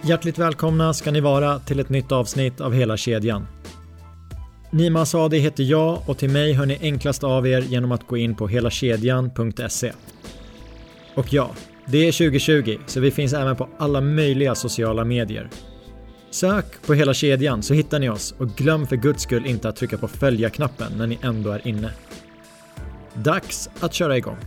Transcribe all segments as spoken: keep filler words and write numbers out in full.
Hjärtligt välkomna ska ni vara till ett nytt avsnitt av Hela kedjan. Nima Asadi heter jag och till mig hör ni enklast av er genom att gå in på helakedjan punkt se. Och ja, det är tjugo tjugo så vi finns även på alla möjliga sociala medier. Sök på Hela kedjan så hittar ni oss och glöm för guds skull inte att trycka på följa-knappen när ni ändå är inne. Dags att köra igång.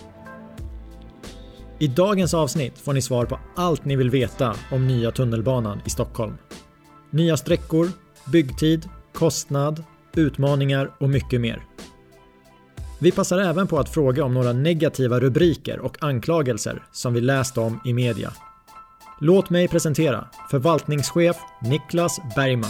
I dagens avsnitt får ni svar på allt ni vill veta om nya tunnelbanan i Stockholm. Nya sträckor, byggtid, kostnad, utmaningar och mycket mer. Vi passar även på att fråga om några negativa rubriker och anklagelser som vi läst om i media. Låt mig presentera förvaltningschef Niklas Bergman.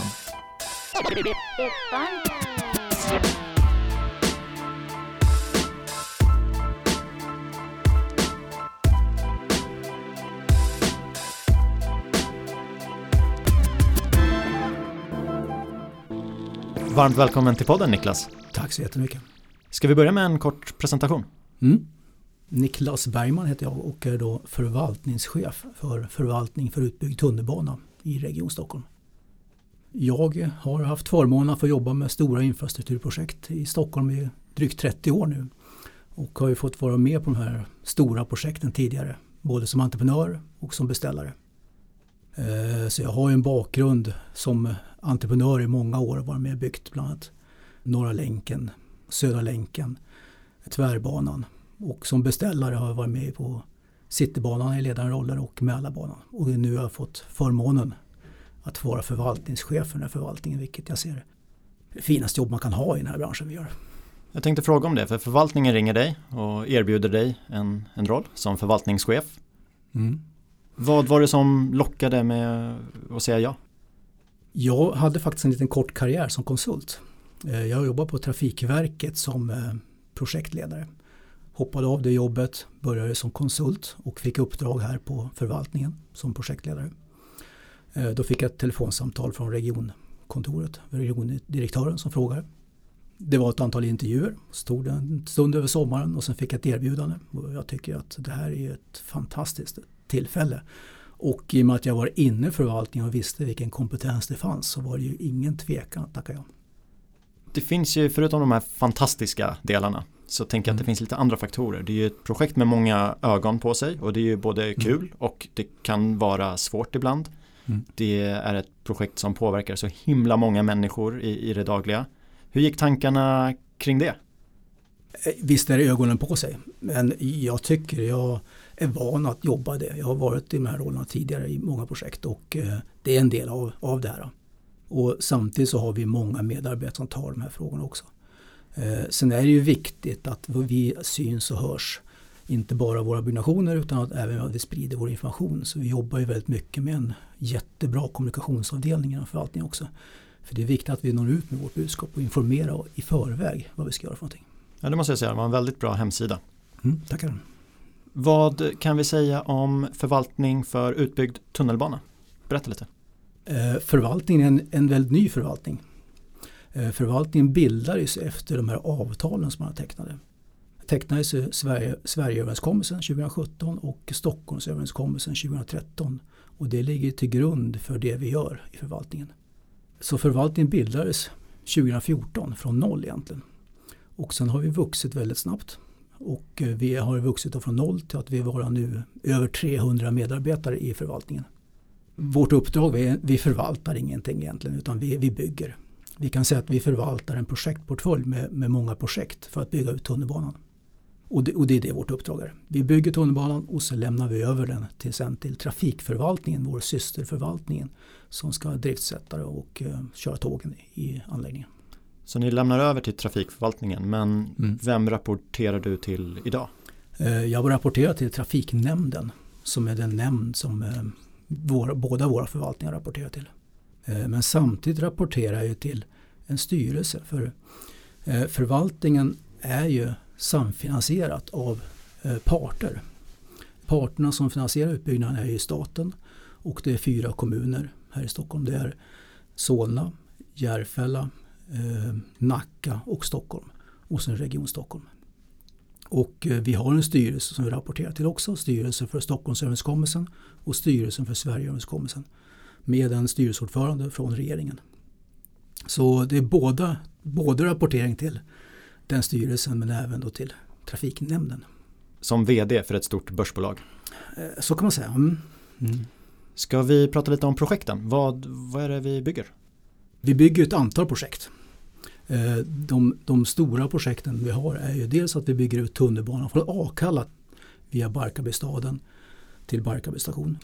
Varmt välkommen till podden, Niklas. Tack så jättemycket. Ska vi börja med en kort presentation? Mm. Niklas Bergman heter jag och är då förvaltningschef för förvaltning för utbyggd tunnelbana i Region Stockholm. Jag har haft förmånen att få jobba med stora infrastrukturprojekt i Stockholm i drygt trettio år nu och har ju fått vara med på de här stora projekten tidigare, både som entreprenör och som beställare. Så jag har ju en bakgrund som entreprenör i många år och varit med och byggt bland annat Norra länken, Södra länken, Tvärbanan. Och som beställare har jag varit med på Citybanan i ledande roller och Mälarbanan. Och nu har jag fått förmånen att få vara förvaltningschef för den här förvaltningen, vilket jag ser det finaste jobb man kan ha i den här branschen vi gör. Jag tänkte fråga om det, för förvaltningen ringer dig och erbjuder dig en, en roll som förvaltningschef. Mm. Vad var det som lockade med att säga ja? Jag hade faktiskt en liten kort karriär som konsult. Jag jobbade på Trafikverket som projektledare. Hoppade av det jobbet, började som konsult och fick uppdrag här på förvaltningen som projektledare. Då fick jag ett telefonsamtal från regionkontoret, regiondirektören som frågade. Det var ett antal intervjuer, stod en stund över sommaren och sen fick jag ett erbjudande. Och jag tycker att det här är ett fantastiskt tillfälle. Och i och med att jag var inne i förvaltningen och visste vilken kompetens det fanns så var det ju ingen tvekan att tacka ja. Det finns ju, förutom de här fantastiska delarna, så tänker jag att det finns lite andra faktorer. Det är ju ett projekt med många ögon på sig och det är ju både kul mm. och det kan vara svårt ibland. Mm. Det är ett projekt som påverkar så himla många människor i, i det dagliga. Hur gick tankarna kring det? Visst är det ögonen på sig, men jag tycker jag är van att jobba det. Jag har varit i de här rollerna tidigare i många projekt och det är en del av, av det här. Och samtidigt så har vi många medarbetare som tar de här frågorna också. Eh, sen är det ju viktigt att vi syns och hörs. Inte bara våra byggnationer utan att även att vi sprider vår information. Så vi jobbar ju väldigt mycket med en jättebra kommunikationsavdelning inom förvaltningen också. För det är viktigt att vi når ut med vårt budskap och informerar i förväg vad vi ska göra för någonting. Ja, det måste jag säga. Det var en väldigt bra hemsida. Mm, tackar. Vad kan vi säga om förvaltning för utbyggd tunnelbana? Berätta lite. Eh, förvaltningen är en, en väldigt ny förvaltning. Eh, förvaltningen bildades efter de här avtalen som man tecknade. Tecknades i Sverige, Sverigeöverenskommelsen tjugohundrasjutton och Stockholmsöverenskommelsen tjugohundratretton. Och det ligger till grund för det vi gör i förvaltningen. Så förvaltningen bildades tjugohundrafjorton från noll egentligen. Och sen har vi vuxit väldigt snabbt. Och vi har vuxit från noll till att vi var nu över trehundra medarbetare i förvaltningen. Vårt uppdrag är vi förvaltar ingenting egentligen utan vi, vi bygger. Vi kan säga att vi förvaltar en projektportfölj med, med många projekt för att bygga ut tunnelbanan. Och det, och det är det vårt uppdrag är. Vi bygger tunnelbanan och så lämnar vi över den till, sen till trafikförvaltningen, vår systerförvaltningen som ska driftsätta och uh, köra tågen i anläggningen. Så ni lämnar över till trafikförvaltningen, men mm. vem rapporterar du till idag? Uh, jag rapporterar till trafiknämnden som är den nämnd som uh, våra, båda våra förvaltningar rapporterar till. Uh, men samtidigt rapporterar jag till en styrelse för uh, förvaltningen är ju samfinansierat av uh, parter. Parterna som finansierar utbyggnaden är ju staten och det är fyra kommuner här i Stockholm. Det är Solna, Järfälla, eh, Nacka och Stockholm och sen Region Stockholm. Och vi har en styrelse som vi rapporterar till också, styrelsen för Stockholmsöverenskommelsen och styrelsen för Sverigeöverenskommelsen med en styrelseordförande från regeringen. Så det är båda, både rapportering till den styrelsen men även då till trafiknämnden. Som vd för ett stort börsbolag? Så kan man säga. Mm. Mm. Ska vi prata lite om projekten? Vad, vad är det vi bygger? Vi bygger ett antal projekt. De, de stora projekten vi har är ju dels att vi bygger ut tunnelbanan från Akalla via Barkarbystaden till Barkarby station.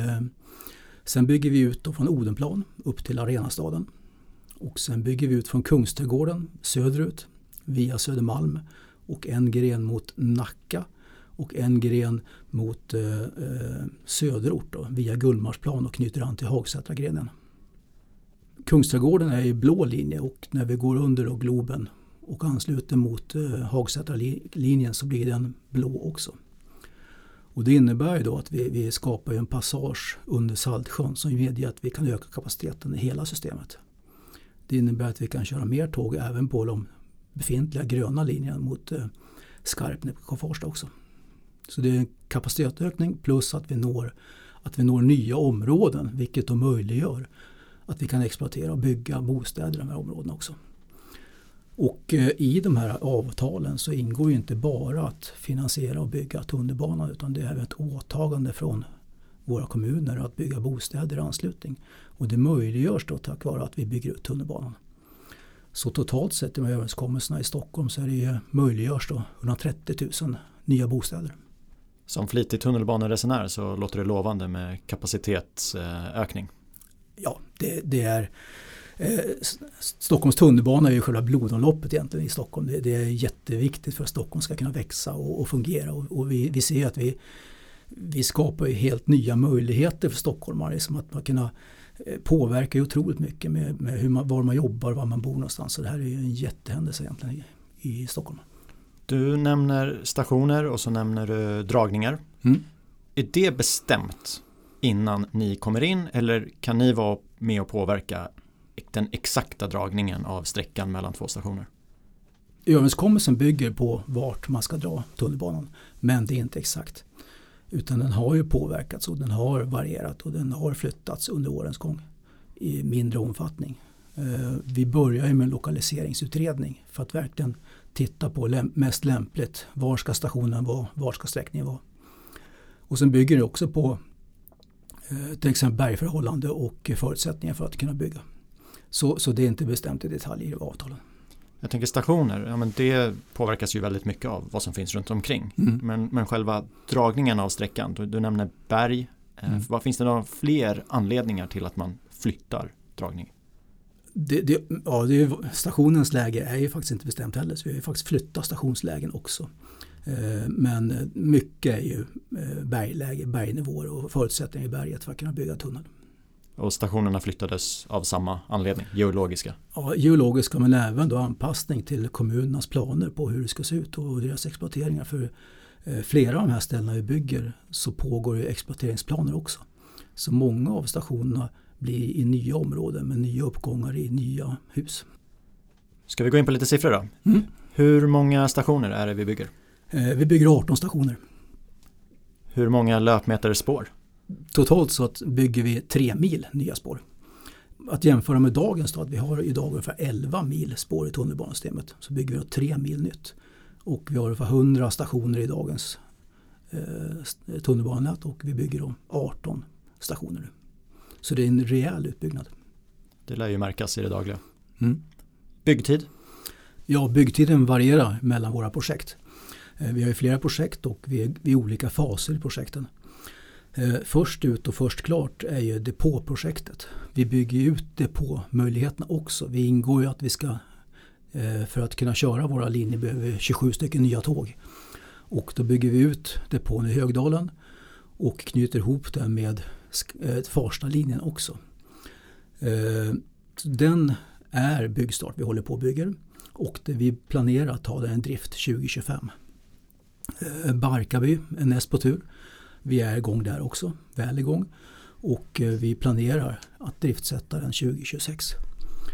Sen bygger vi ut då från Odenplan upp till Arenastaden. Och sen bygger vi ut från Kungsträdgården söderut via Södermalm och en gren mot Nacka och en gren mot eh, söderort då, via Gullmarsplan och knyter an till Hagsätragrenen. Kungsträdgården är i blå linje och när vi går under då Globen och ansluter mot eh, Hagsätralinjen så blir den blå också. Och det innebär ju då att vi, vi skapar en passage under Saltsjön som medger att vi kan öka kapaciteten i hela systemet. Det innebär att vi kan köra mer tåg även på de befintliga gröna linjerna mot eh, Skarpnäck och Farsta också. Så det är en kapacitetökning plus att vi når, att vi når nya områden vilket då möjliggör att vi kan exploatera och bygga bostäder i de här områdena också. Och eh, i de här avtalen så ingår ju inte bara att finansiera och bygga tunnelbanan utan det är även ett åtagande från våra kommuner att bygga bostäder i anslutning. Och det möjliggörs då tack vare att vi bygger ut tunnelbanan. Så totalt sett i de här överenskommelserna i Stockholm så är det möjliggörs då hundratrettio tusen nya bostäder. Som flitig tunnelbaneresenär så låter det lovande med kapacitetsökning. Ja, det, det är eh, Stockholms tunnelbana är ju själva blodomloppet egentligen i Stockholm. Det, det är jätteviktigt för att Stockholm ska kunna växa och, och fungera. Och, och vi, vi ser att vi, vi skapar ju helt nya möjligheter för stockholmare. Som att man kunna påverka ju otroligt mycket med, med hur man, var man jobbar, var man bor någonstans. Så det här är ju en jättehändelse egentligen i, i Stockholm. Du nämner stationer och så nämner du dragningar. Mm. Är det bestämt innan ni kommer in eller kan ni vara med och påverka den exakta dragningen av sträckan mellan två stationer? Överenskommelsen bygger på vart man ska dra tunnelbanan men det är inte exakt. Utan den har ju påverkats och den har varierat och den har flyttats under årens gång i mindre omfattning. Vi börjar ju med en lokaliseringsutredning för att verkligen titta på läm- mest lämpligt. Var ska stationen vara? Var ska sträckningen vara? Och sen bygger det också på eh, till exempel bergförhållande och förutsättningar för att kunna bygga. Så, så det är inte bestämt i detalj i avtalen. Jag tänker stationer, ja, men det påverkas ju väldigt mycket av vad som finns runt omkring. Mm. Men, men själva dragningen av sträckan, du, du nämner berg. Mm. Eh, vad finns det några fler anledningar till att man flyttar dragning? Det, det, ja, det är, stationens läge är ju faktiskt inte bestämt heller så vi har ju faktiskt flyttat stationslägen också. Eh, men mycket är ju eh, bergläge, bergnivåer och förutsättningar i berget för att kunna bygga tunnel. Och stationerna flyttades av samma anledning, geologiska? Ja, geologiska men även då anpassning till kommunernas planer på hur det ska se ut och deras exploateringar. För eh, flera av de här ställena vi bygger så pågår ju exploateringsplaner också. Så många av stationerna blir i nya områden med nya uppgångar i nya hus. Ska vi gå in på lite siffror då? Mm. Hur många stationer är det vi bygger? Eh, vi bygger arton stationer. Hur många löpmeter spår? Totalt så att bygger vi tre mil nya spår. Att jämföra med dagens då, att vi har idag ungefär elva mil spår i tunnelbanesystemet så bygger vi tre mil nytt. Och vi har ungefär hundra stationer i dagens eh, tunnelbanenät och vi bygger då arton stationer nu. Så det är en rejäl utbyggnad. Det lär ju märkas i det dagliga. Mm. Byggtid? Ja, byggtiden varierar mellan våra projekt. Vi har ju flera projekt och vi är i olika faser i projekten. Först ut och först klart är ju depåprojektet. Vi bygger ut depåmöjligheterna också. Vi ingår ju att vi ska, för att kunna köra våra linjer behöver vi tjugosju stycken nya tåg. Och då bygger vi ut depån i Högdalen och knyter ihop den med Farsta-linjen också. Den är byggstart vi håller på att bygga och det vi planerar att ta den i drift tjugo tjugofem. Barkarby är näst på tur. Vi är igång där också, väl igång. Och vi planerar att driftsätta den tjugo tjugosex.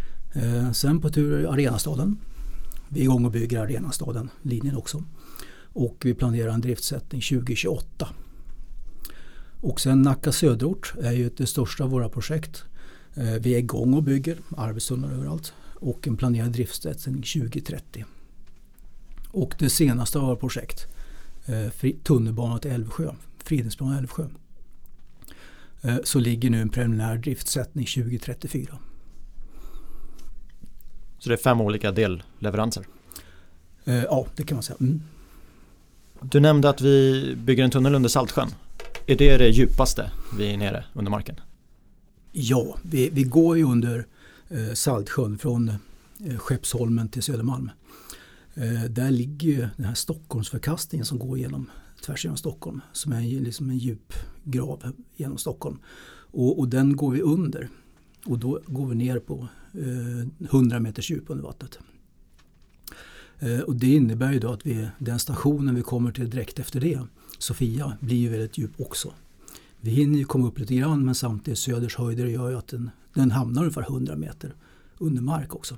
Sen på tur är Arenastaden. Vi är igång och bygger Arenastaden, linjen också. och vi planerar en driftsättning tjugo tjugoåtta. Och sen Nacka söderort är ju det största av våra projekt. Vi är igång och bygger arbetstunnlar överallt och en planerad driftsättning tjugo trettio. Och det senaste av våra projekt, tunnelbanan till Älvsjö, Fridhemsplan Älvsjö, så ligger nu en preliminär driftsättning tjugo trettiofyra. Så det är fem olika delleveranser? Ja, det kan man säga. Mm. Du nämnde att vi bygger en tunnel under Saltsjön. Är det det djupaste vi är nere under marken? Ja, vi, vi går ju under eh, Saltsjön från eh, Skeppsholmen till Södermalm. Eh, där ligger ju den här Stockholmsförkastningen som går igenom, tvärs genom Stockholm, som är liksom en djup grav genom Stockholm. Och, och den går vi under. Och då går vi ner på eh, hundra meters djup under vattnet. Eh, och det innebär ju då att vi, den stationen vi kommer till direkt efter det, Sofia, blir ju väldigt djup också. Vi hinner ju komma upp lite grann, men samtidigt Söders höjder gör ju att den, den hamnar ungefär hundra meter under mark också.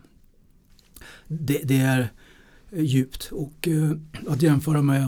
Det, det är djupt, och eh, att jämföra med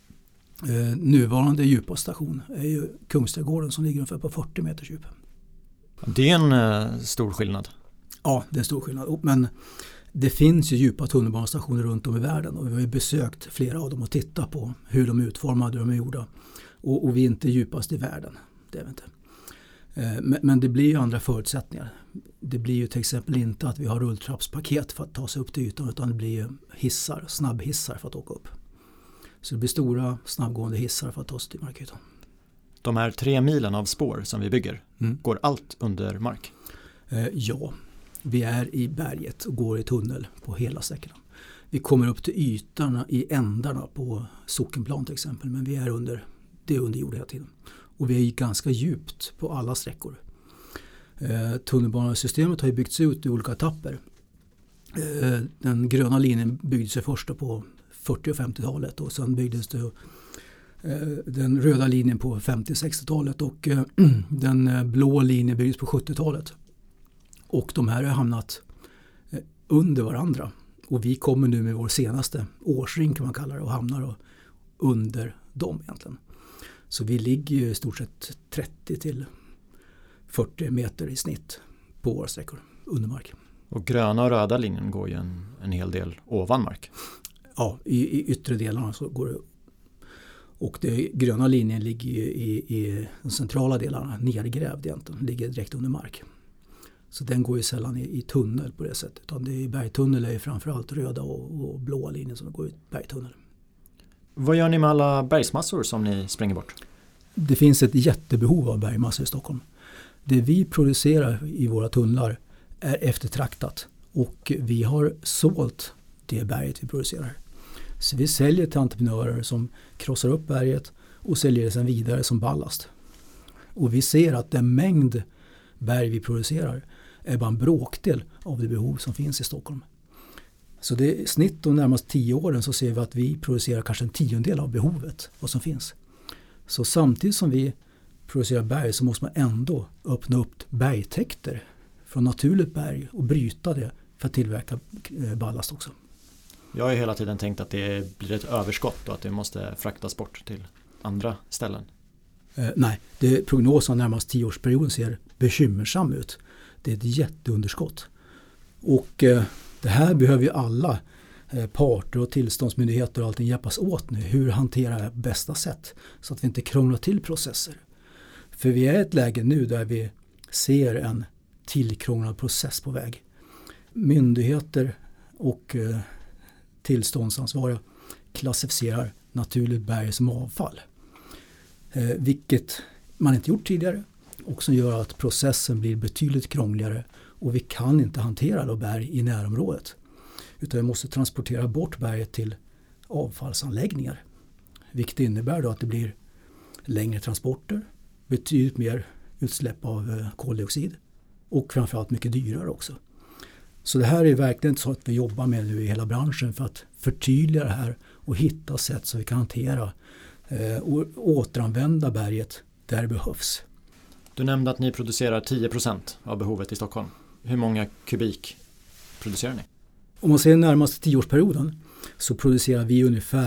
eh, nuvarande djupa station är ju Kungsträdgården som ligger ungefär på fyrtio meters djup. Det är en eh, stor skillnad. Ja, det är en stor skillnad. Men det finns ju djupa tunnelbanestationer runt om i världen och vi har ju besökt flera av dem och tittat på hur de är utformade och de är gjorda. Och, och vi är inte djupast i världen, det är vi inte. Eh, men, men det blir ju andra förutsättningar. Det blir ju till exempel inte att vi har rulltrappspaket för att ta sig upp till ytan, utan det blir ju hissar, snabbhissar för att åka upp. Så det blir stora snabbgående hissar för att ta sig till markytan. De här tre milen av spår som vi bygger, mm. går allt under mark? Eh, ja, vi är i berget och går i tunnel på hela sträckan. Vi kommer upp till ytorna i ändarna på Sockenplan till exempel, men vi är under, det är under jord hela tiden. Och vi är ganska djupt på alla sträckor. Eh, tunnelbanesystemet har ju byggts ut i olika etapper. Eh, den gröna linjen byggdes sig först på fyrtio- och femtiotalet och sen byggdes det eh, den röda linjen på femtio- och sextiotalet och eh, den blå linjen byggdes på sjuttiotalet. Och de här har hamnat eh, under varandra. Och vi kommer nu med vår senaste årsring kan man kalla det och hamnar då under dem egentligen. Så vi ligger ju i stort sett trettio till fyrtio meter i snitt på våra sträckor under mark. Och gröna och röda linjen går ju en, en hel del ovan mark. Ja, i, i yttre delarna så går det. Och det gröna linjen ligger ju i, i de centrala delarna nergrävd egentligen, ligger direkt under mark. Så den går ju sällan i, i tunnel på det sättet. Utan det är, bergtunnel är ju framförallt röda och, och blåa linjer som går i bergtunnel. Vad gör ni med alla bergsmassor som ni spränger bort? Det finns ett jättebehov av bergmassor i Stockholm. Det vi producerar i våra tunnlar är eftertraktat. Och vi har sålt det berget vi producerar. Så vi säljer till entreprenörer som krossar upp berget och säljer det sedan vidare som ballast. Och vi ser att den mängd berg vi producerar är bara en bråkdel av det behov som finns i Stockholm. Så det är snitt de närmaste tio åren så ser vi att vi producerar kanske en tiondel av behovet vad som finns. Så samtidigt som vi producerar berg så måste man ändå öppna upp bergtäkter från naturligt berg och bryta det för att tillverka ballast också. Jag har ju hela tiden tänkt att det blir ett överskott och att det måste fraktas bort till andra ställen. Eh, nej, det, prognosen närmast tioårsperioden ser bekymmersam ut. Det är ett jätteunderskott. Och eh, det här behöver ju alla eh, parter och tillståndsmyndigheter och allting hjälpas åt nu. Hur hantera det på bästa sätt så att vi inte krånglar till processer. För vi är i ett läge nu där vi ser en tillkrånglad process på väg. Myndigheter och eh, tillståndsansvariga klassificerar naturligt berg som avfall. Eh, vilket man inte gjort tidigare och som gör att processen blir betydligt krångligare och vi kan inte hantera då berg i närområdet. Utan vi måste transportera bort berget till avfallsanläggningar. Vilket innebär då att det blir längre transporter, betydligt mer utsläpp av koldioxid och framförallt mycket dyrare också. Så det här är verkligen så att vi jobbar med nu i hela branschen för att förtydliga det här och hitta sätt så vi kan hantera eh, och återanvända berget där det behövs. Du nämnde att ni producerar tio procent av behovet i Stockholm. Hur många kubik producerar ni? Om man ser den närmaste tioårsperioden så producerar vi ungefär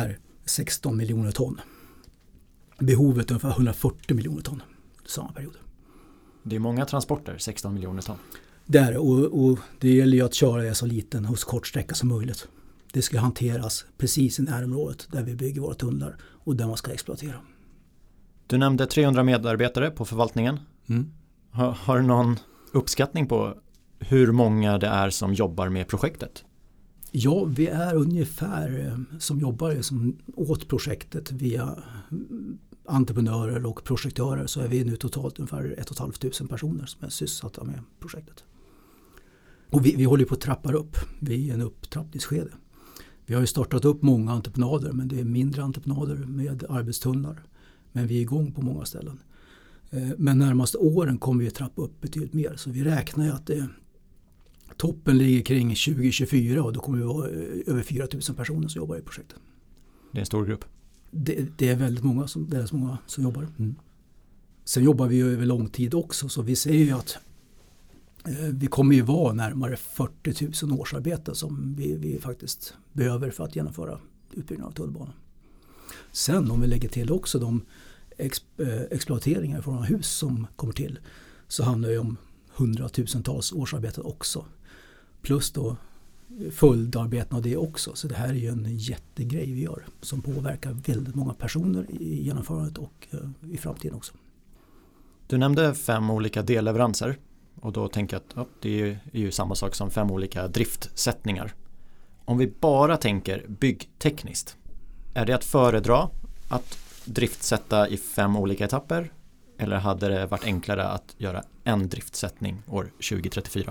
sexton miljoner ton. Behovet ungefär hundrafyrtio miljoner ton i samma period. Det är många transporter, sexton miljoner ton. Där, och, och det gäller ju att köra det så liten och så kort sträcka som möjligt. Det ska hanteras precis i närområdet där vi bygger våra tunnlar och där man ska exploatera. Du nämnde trehundra medarbetare på förvaltningen. Mm. Har, har du någon uppskattning på hur många det är som jobbar med projektet? Ja, vi är ungefär som jobbar som åt projektet via entreprenörer och projektörer, så är vi nu totalt ungefär ett och ett halvt tusen personer som är sysselsatta med projektet. Och vi, vi håller på att trappa upp. Vi är i en upptrappningsskede. Vi har ju startat upp många entreprenader, men det är mindre entreprenader med arbetstunnlar. Men vi är igång på många ställen. Men närmaste åren kommer vi att trappa upp betydligt mer. Så vi räknar ju att det, toppen ligger kring tjugo tjugofyra och då kommer vi vara över fyra tusen personer som jobbar i projektet. Det är en stor grupp. Det, det är väldigt många som, det är så många som jobbar. Mm. Sen jobbar vi ju över lång tid också, så vi ser ju att eh, vi kommer ju vara närmare fyrtio tusen årsarbeten som vi, vi faktiskt behöver för att genomföra utbyggnaden av tunnelbanan. Sen om vi lägger till också de ex, eh, exploateringar från hus som kommer till, så handlar det om hundratusentals årsarbeten också. Plus då följdarbeten av det också. Så det här är ju en jättegrej vi gör som påverkar väldigt många personer i genomförandet och uh, i framtiden också. Du nämnde fem olika delleveranser och då tänker jag att ja, det är ju samma sak som fem olika driftsättningar. Om vi bara tänker byggtekniskt, är det att föredra att driftsätta i fem olika etapper eller hade det varit enklare att göra en driftsättning år tjugo trettiofyra?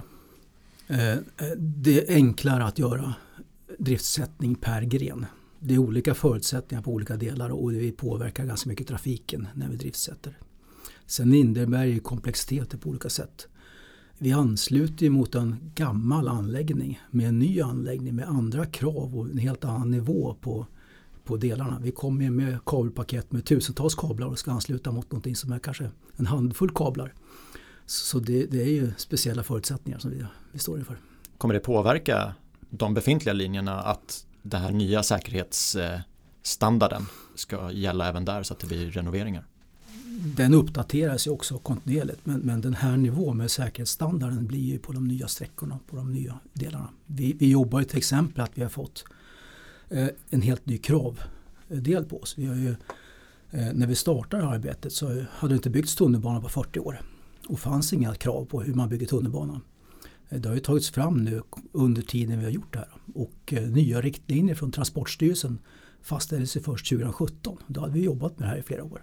Det är enklare att göra driftsättning per gren. Det är olika förutsättningar på olika delar och vi påverkar ganska mycket trafiken när vi driftsätter. Sen innebär det komplexiteter på olika sätt. Vi ansluter mot en gammal anläggning med en ny anläggning med andra krav och en helt annan nivå på, på delarna. Vi kommer med kabelpaket med tusentals kablar och ska ansluta mot någonting som är kanske en handfull kablar. Så det, det är ju speciella förutsättningar som vi, vi står inför. Kommer det påverka de befintliga linjerna att den här nya säkerhetsstandarden ska gälla även där så att det blir renoveringar? Den uppdateras ju också kontinuerligt, men, men den här nivån med säkerhetsstandarden blir ju på de nya sträckorna, på de nya delarna. Vi, vi jobbar ju till exempel att vi har fått eh, en helt ny kravdel på oss. Vi har ju, eh, när vi startade arbetet så hade det inte byggts tunnelbana på fyrtio år. Och fanns inga krav på hur man bygger tunnelbanan. Det har ju tagits fram nu under tiden vi har gjort det här. Och eh, nya riktlinjer från Transportstyrelsen fastställdes ju först tjugo sjutton. Då hade vi jobbat med det här i flera år.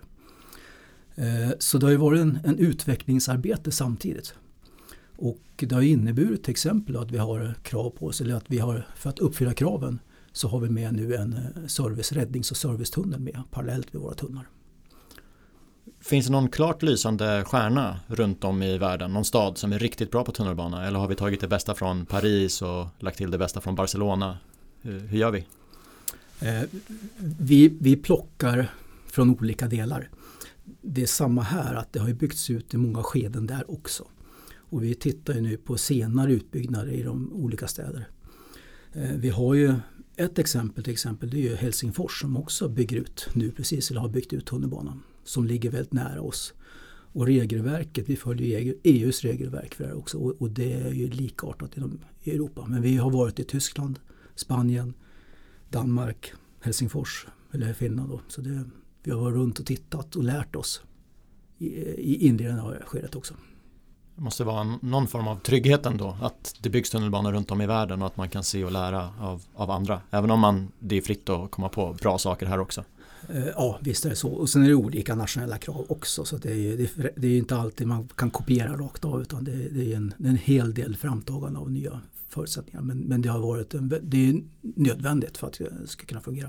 Eh, så det har ju varit en, en utvecklingsarbete samtidigt. Och det har inneburit till exempel att vi har krav på oss, eller att vi har, för att uppfylla kraven så har vi med nu en service, räddnings- och servicetunnel med parallellt med våra tunnlar. Finns det någon klart lysande stjärna runt om i världen? Någon stad som är riktigt bra på tunnelbana? Eller har vi tagit det bästa från Paris och lagt till det bästa från Barcelona? Hur, hur gör vi? Eh, vi? Vi plockar från olika delar. Det är samma här, att det har byggts ut i många skeden där också. Och vi tittar ju nu på senare utbyggnader i de olika städer. Eh, vi har ju ett exempel, till exempel det är ju Helsingfors som också bygger ut nu precis, eller har byggt ut tunnelbanan, som ligger väldigt nära oss. Och regelverket, vi följer E U:s regelverk för det här också, och, och det är ju likartat inom Europa. Men vi har varit i Tyskland, Spanien, Danmark, Helsingfors eller Finland då. Så det, vi har varit runt och tittat och lärt oss i, i inledningen av skedet också. Det måste vara någon form av trygghet ändå, att det byggs tunnelbanor runt om i världen och att man kan se och lära av, av andra. Även om man, det är fritt att komma på bra saker här också. Ja, visst är det så. Och sen är det olika nationella krav också. Så det är ju det är, det är inte alltid man kan kopiera rakt av, utan det är, det är en, en hel del framtagande av nya förutsättningar. Men, men det har varit en, det är nödvändigt för att det ska kunna fungera.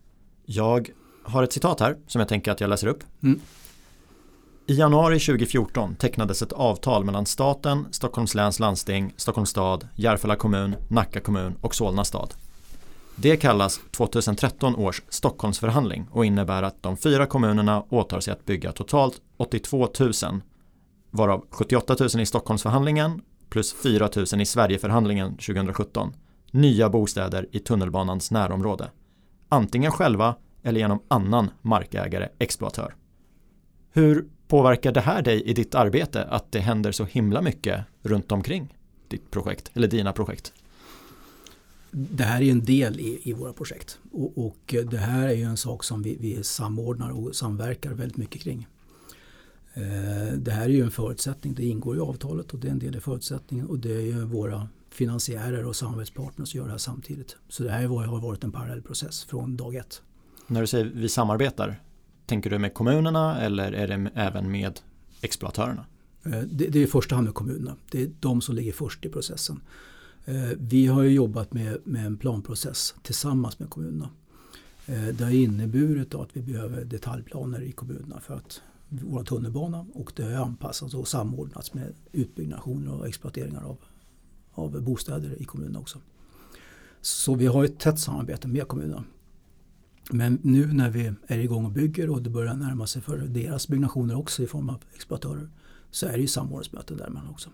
Jag har ett citat här som jag tänker att jag läser upp. Mm. I januari tjugo fjorton tecknades ett avtal mellan staten, Stockholms läns landsting, Stockholms stad, Järfälla kommun, Nacka kommun och Solna stad. Det kallas tjugohundratretton års Stockholmsförhandling och innebär att de fyra kommunerna åtar sig att bygga totalt åttiotvå tusen, varav sjuttioåtta tusen i Stockholmsförhandlingen plus fyra tusen i Sverigeförhandlingen tjugo sjutton, nya bostäder i tunnelbanans närområde. Antingen själva eller genom annan markägare, exploatör. Hur påverkar det här dig i ditt arbete att det händer så himla mycket runt omkring ditt projekt eller dina projekt? Det här är en del i, i våra projekt och, och det här är ju en sak som vi, vi samordnar och samverkar väldigt mycket kring. Eh, det här är ju en förutsättning, det ingår i avtalet och det är en del i förutsättningen och det är ju våra finansiärer och samarbetspartners som gör det här samtidigt. Så det här har varit en parallell process från dag ett. När du säger vi samarbetar, tänker du med kommunerna eller är det även med exploatörerna? Eh, det, det är i första hand med kommunerna, det är de som ligger först i processen. Vi har ju jobbat med, med en planprocess tillsammans med kommunerna. Det har inneburit att vi behöver detaljplaner i kommunerna för att våra tunnelbana och det har anpassats och samordnats med utbyggnationer och exploateringar av, av bostäder i kommunerna också. Så vi har ett tätt samarbete med kommunerna. Men nu när vi är igång och bygger och det börjar närma sig för deras byggnationer också i form av exploatörer så är det ju samordningsmöten däremellan också.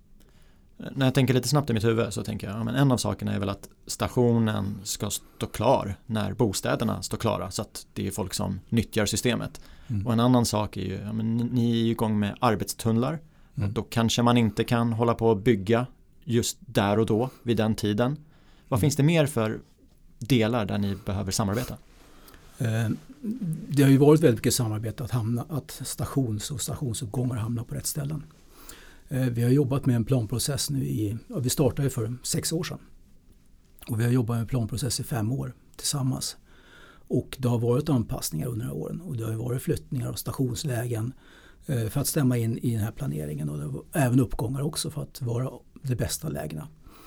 När jag tänker lite snabbt i mitt huvud så tänker jag ja, men en av sakerna är väl att stationen ska stå klar när bostäderna står klara så att det är folk som nyttjar systemet. Mm. Och en annan sak är ju, ja, men ni är igång med arbetstunnlar. Mm. Då kanske man inte kan hålla på att bygga just där och då vid den tiden. Vad mm. finns det mer för delar där ni behöver samarbeta? Eh, det har ju varit väldigt mycket samarbete att, hamna, att stations- och stationsuppgångar hamnar på rätt ställen. Vi har jobbat med en planprocess nu i, ja, vi startade för sex år sedan. Och vi har jobbat med en planprocess i fem år tillsammans. Och det har varit anpassningar under de här åren. Och det har varit flyttningar av stationslägen eh, för att stämma in i den här planeringen. Och det var även uppgångar också för att vara de bästa lägena.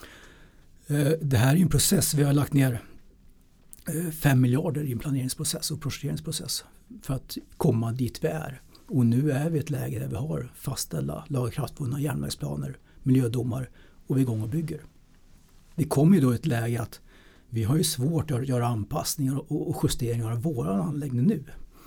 Eh, det här är en process, vi har lagt ner eh, fem miljarder i en planeringsprocess och projekteringsprocess för att komma dit vi är. Och nu är vi i ett läge där vi har fastställda lagakraftvunna järnvägsplaner, miljödomar och vi är igång och bygger. Vi kommer ju då i ett läge att vi har ju svårt att göra anpassningar och justeringar av våra anläggning nu.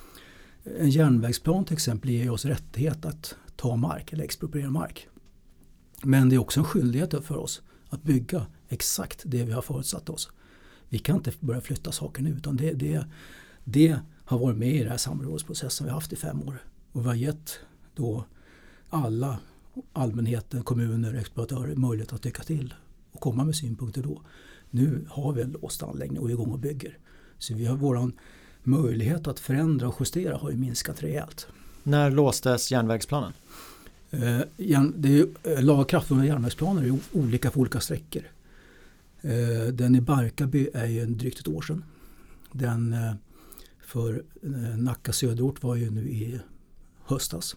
En järnvägsplan till exempel ger oss rättighet att ta mark eller expropriera mark. Men det är också en skyldighet för oss att bygga exakt det vi har förutsatt oss. Vi kan inte börja flytta saker nu utan det, det, det har varit med i den här samrådsprocessen vi har haft i fem år. Och vi har gett då alla, allmänheten, kommuner, exploatörer möjlighet att tycka till och komma med synpunkter då. Nu har vi en låst anläggning och är igång och bygger. Så vi har våran möjlighet att förändra och justera har ju minskat rejält. När låstes järnvägsplanen? Eh, det är lagakraftvunna järnvägsplaner är olika på olika sträckor. Eh, den i Barkarby är ju drygt ett år sedan. Den eh, för eh, Nacka söderort var ju nu i höstas.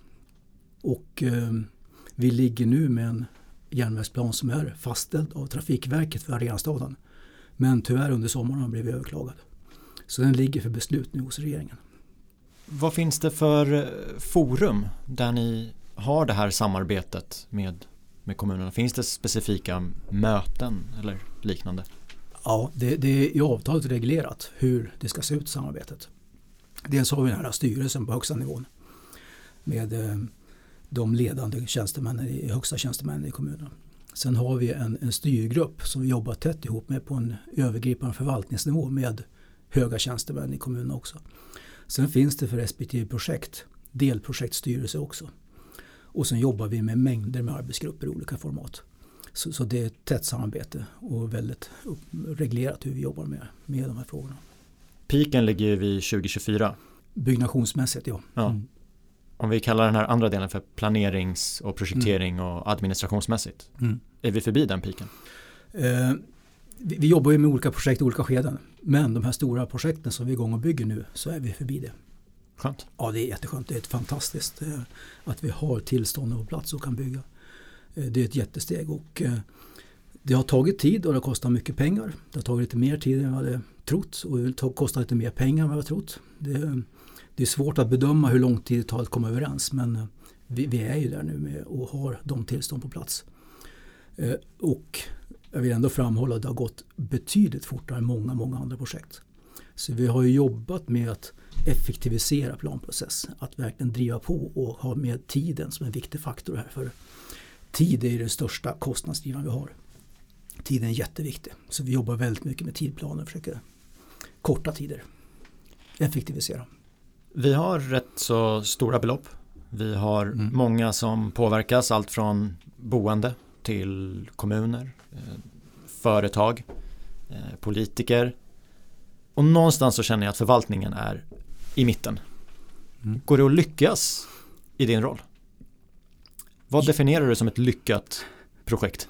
Och eh, vi ligger nu med en järnvägsplan som är fastställd av Trafikverket för Arenastaden. Men tyvärr under sommaren har blivit överklagad. Så den ligger för beslut nu hos regeringen. Vad finns det för forum där ni har det här samarbetet med, med kommunerna? Finns det specifika möten eller liknande? Ja, det, det är i avtalet reglerat hur det ska se ut samarbetet. Dels har vi den här styrelsen på högsta nivån med eh, de ledande tjänstemännen, i högsta tjänstemännen i kommunen. Sen har vi en, en styrgrupp som vi jobbar tätt ihop med på en övergripande förvaltningsnivå med höga tjänstemän i kommunen också. Sen finns det för respektive projekt delprojektstyrelse också. Och sen jobbar vi med mängder med arbetsgrupper i olika format. Så, så det är ett tätt samarbete och väldigt reglerat hur vi jobbar med, med de här frågorna. Piken ligger ju vid tjugo tjugofyra. Byggnationsmässigt, ja. ja. Mm. Om vi kallar den här andra delen för planerings- och projektering mm. och administrationsmässigt. Mm. Är vi förbi den piken? Eh, vi, vi jobbar ju med olika projekt i olika skeden. Men de här stora projekten som vi är igång och bygger nu så är vi förbi det. Skönt. Ja, det är jätteskönt. Det är ett fantastiskt eh, att vi har tillstånd på plats och kan bygga. Eh, det är ett jättesteg och eh, det har tagit tid och det kostar mycket pengar. Det har tagit lite mer tid än vad det trott och det kostar lite mer pengar än vad jag trott. Det, det är svårt att bedöma hur lång tid det tar att komma överens men eh, vi, vi är ju där nu med och har de tillstånd på plats. Eh, och jag vill ändå framhålla att det har gått betydligt fortare än många, många andra projekt. Så vi har ju jobbat med att effektivisera planprocess, att verkligen driva på och ha med tiden som en viktig faktor här. För tid är den största kostnadsdrivaren vi har. Tiden är jätteviktig, så vi jobbar väldigt mycket med tidplaner och försöker korta tider. effektivisera. Vi har rätt så stora belopp. Vi har mm. många som påverkas, allt från boende till kommuner, eh, företag, eh, politiker. Och någonstans så känner jag att förvaltningen är i mitten. Mm. Går det att lyckas i din roll? Vad definierar du som ett lyckat projekt?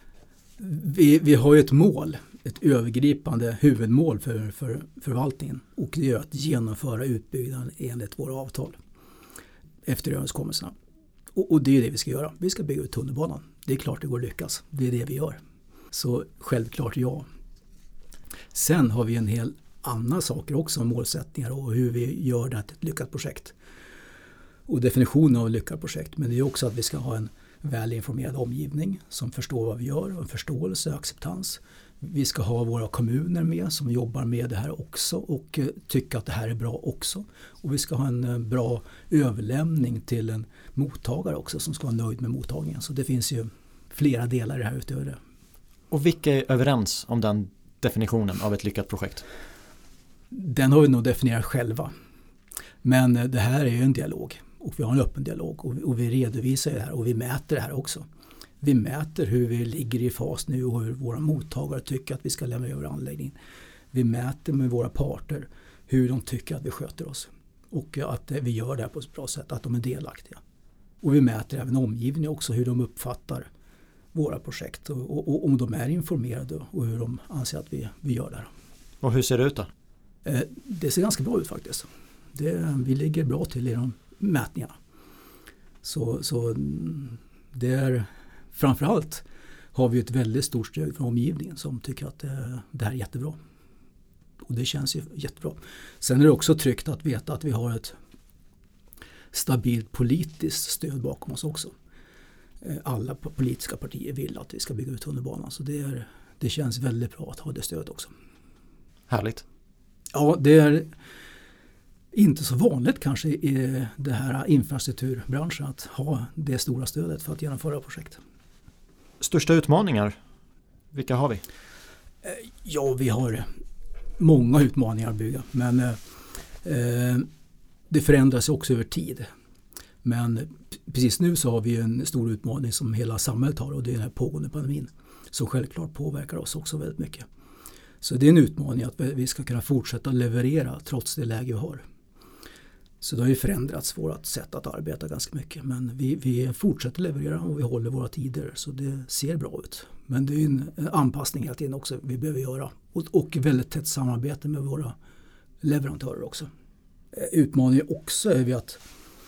Vi, vi har ju ett mål, ett övergripande huvudmål för, för förvaltningen, och det är att genomföra utbyggnaden enligt våra avtal efter överenskommelserna. Och, och det är det vi ska göra. Vi ska bygga ut tunnelbanan. Det är klart det går att lyckas. Det är det vi gör. Så självklart ja. Sen har vi en hel andra saker också, målsättningar och hur vi gör det till ett lyckat projekt. Och definitionen av ett lyckat projekt. Men det är också att vi ska ha en väl informerad omgivning som förstår vad vi gör, och en förståelse och acceptans. Vi ska ha våra kommuner med som jobbar med det här också och uh, tycker att det här är bra också. Och vi ska ha en uh, bra överlämning till en mottagare också som ska vara nöjd med mottagningen. Så det finns ju flera delar i det här utöver det. Och vilka är överens om den definitionen av ett lyckat projekt? Den har vi nog definierat själva. Men uh, det här är ju en dialog. Och vi har en öppen dialog och vi, och vi redovisar det här och vi mäter det här också. Vi mäter hur vi ligger i fas nu och hur våra mottagare tycker att vi ska lämna över anläggningen. Vi mäter med våra parter hur de tycker att vi sköter oss. Och att vi gör det här på ett bra sätt, att de är delaktiga. Och vi mäter även omgivningen också, hur de uppfattar våra projekt. Och, och, och om de är informerade och hur de anser att vi, vi gör det här. Och hur ser det ut då? Eh, det ser ganska bra ut faktiskt. Det, vi ligger bra till i de mätningarna. Så, så det är... Framförallt har vi ett väldigt stort stöd från omgivningen som tycker att det, det här är jättebra. Och det känns ju jättebra. Sen är det också tryggt att veta att vi har ett stabilt politiskt stöd bakom oss också. Alla politiska partier vill att vi ska bygga ut tunnelbanan. Så det, är, det känns väldigt bra att ha det stödet också. Härligt. Ja, det är inte så vanligt kanske i det här infrastrukturbranschen att ha det stora stödet för att genomföra projekt. Största utmaningar, vilka har vi? Ja, vi har många utmaningar att bygga, men eh, det förändras också över tid. Men precis nu så har vi en stor utmaning som hela samhället har, och det är den här pågående pandemin som självklart påverkar oss också väldigt mycket. Så det är en utmaning att vi ska kunna fortsätta leverera trots det läge vi har. Så det har ju förändrats vårt sätt att arbeta ganska mycket. Men vi, vi fortsätter leverera och vi håller våra tider, så det ser bra ut. Men det är en, en anpassning hela tiden också vi behöver göra. Och, och väldigt tätt samarbete med våra leverantörer också. Utmaningen också är vi att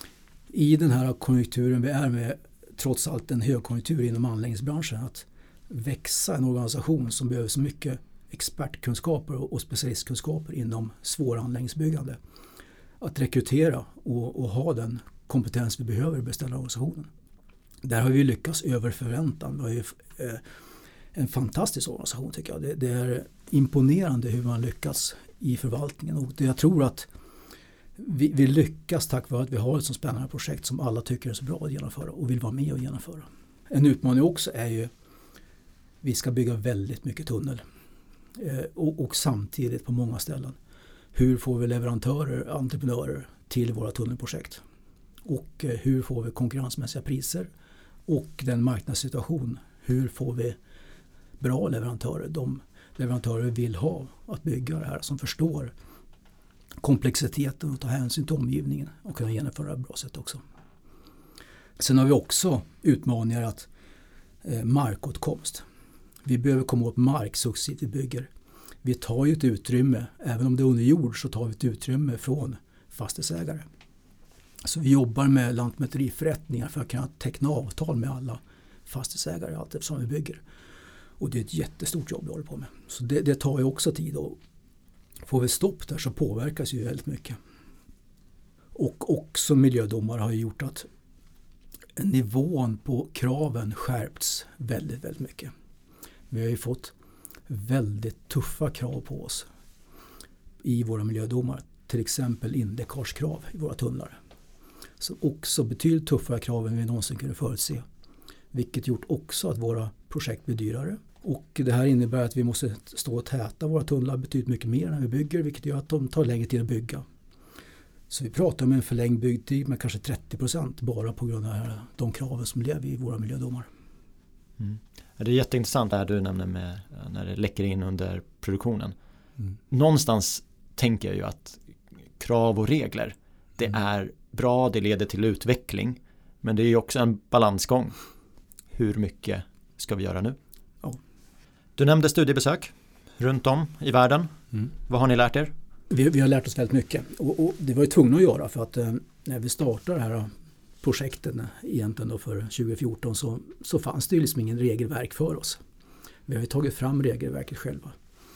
i den här konjunkturen vi är med, trots allt en högkonjunktur inom anläggningsbranschen, att växa en organisation som behöver så mycket expertkunskaper och specialistkunskaper inom svåra anläggningsbyggande. Att rekrytera och, och ha den kompetens vi behöver i beställarorganisationen. Där har vi lyckats över förväntan. Vi har ju eh, en fantastisk organisation tycker jag. Det, det är imponerande hur man lyckas i förvaltningen. Och det, jag tror att vi, vi lyckas tack vare att vi har ett så spännande projekt som alla tycker är så bra att genomföra och vill vara med och genomföra. En utmaning också är ju vi ska bygga väldigt mycket tunnel. Eh, och, och samtidigt på många ställen. Hur får vi leverantörer, entreprenörer till våra tunnelprojekt? Och hur får vi konkurrensmässiga priser? Och den marknadssituation, hur får vi bra leverantörer? De leverantörer vi vill ha att bygga det här, som förstår komplexiteten och tar hänsyn till omgivningen och kan genomföra det på ett bra sätt också. Sen har vi också utmaningar att eh, markåtkomst. Vi behöver komma åt mark successivt vi bygger. Vi tar ju ett utrymme, även om det är under jord så tar vi ett utrymme från fastighetsägare. Så vi jobbar med lantmäteriförrättningar för att kunna teckna avtal med alla fastighetsägare allt eftersom vi bygger. Och det är ett jättestort jobb vi håller på med. Så det, det tar ju också tid, och får vi stopp där så påverkas ju väldigt mycket. Och också miljödomar har ju gjort att nivån på kraven skärpts väldigt, väldigt mycket. Vi har ju fått väldigt tuffa krav på oss i våra miljödomar. Till exempel inläckagekrav i våra tunnlar. Så också betydligt tuffare krav än vi någonsin kunde förutse. Vilket gjort också att våra projekt blir dyrare Och det här innebär att vi måste stå och täta våra tunnlar betydligt mycket mer när vi bygger, vilket gör att de tar längre tid att bygga. Så vi pratar om en förlängd byggtid med kanske trettio procent bara på grund av de kraven som lever i våra miljödomar. Mm. Det är jätteintressant det här du nämner med när det läcker in under produktionen. Mm. Någonstans tänker jag ju att krav och regler, det Mm. är bra, det leder till utveckling, men det är ju också en balansgång. Hur mycket ska vi göra nu? Ja. Du nämnde studiebesök runt om i världen. Mm. Vad har ni lärt er? Vi, vi har lärt oss väldigt mycket och, och det var ju tvungna att göra för att eh, när vi startade det här projekten egentligen då för tjugo fjorton så, så fanns det ju liksom ingen regelverk för oss. Vi har ju tagit fram regelverket själva.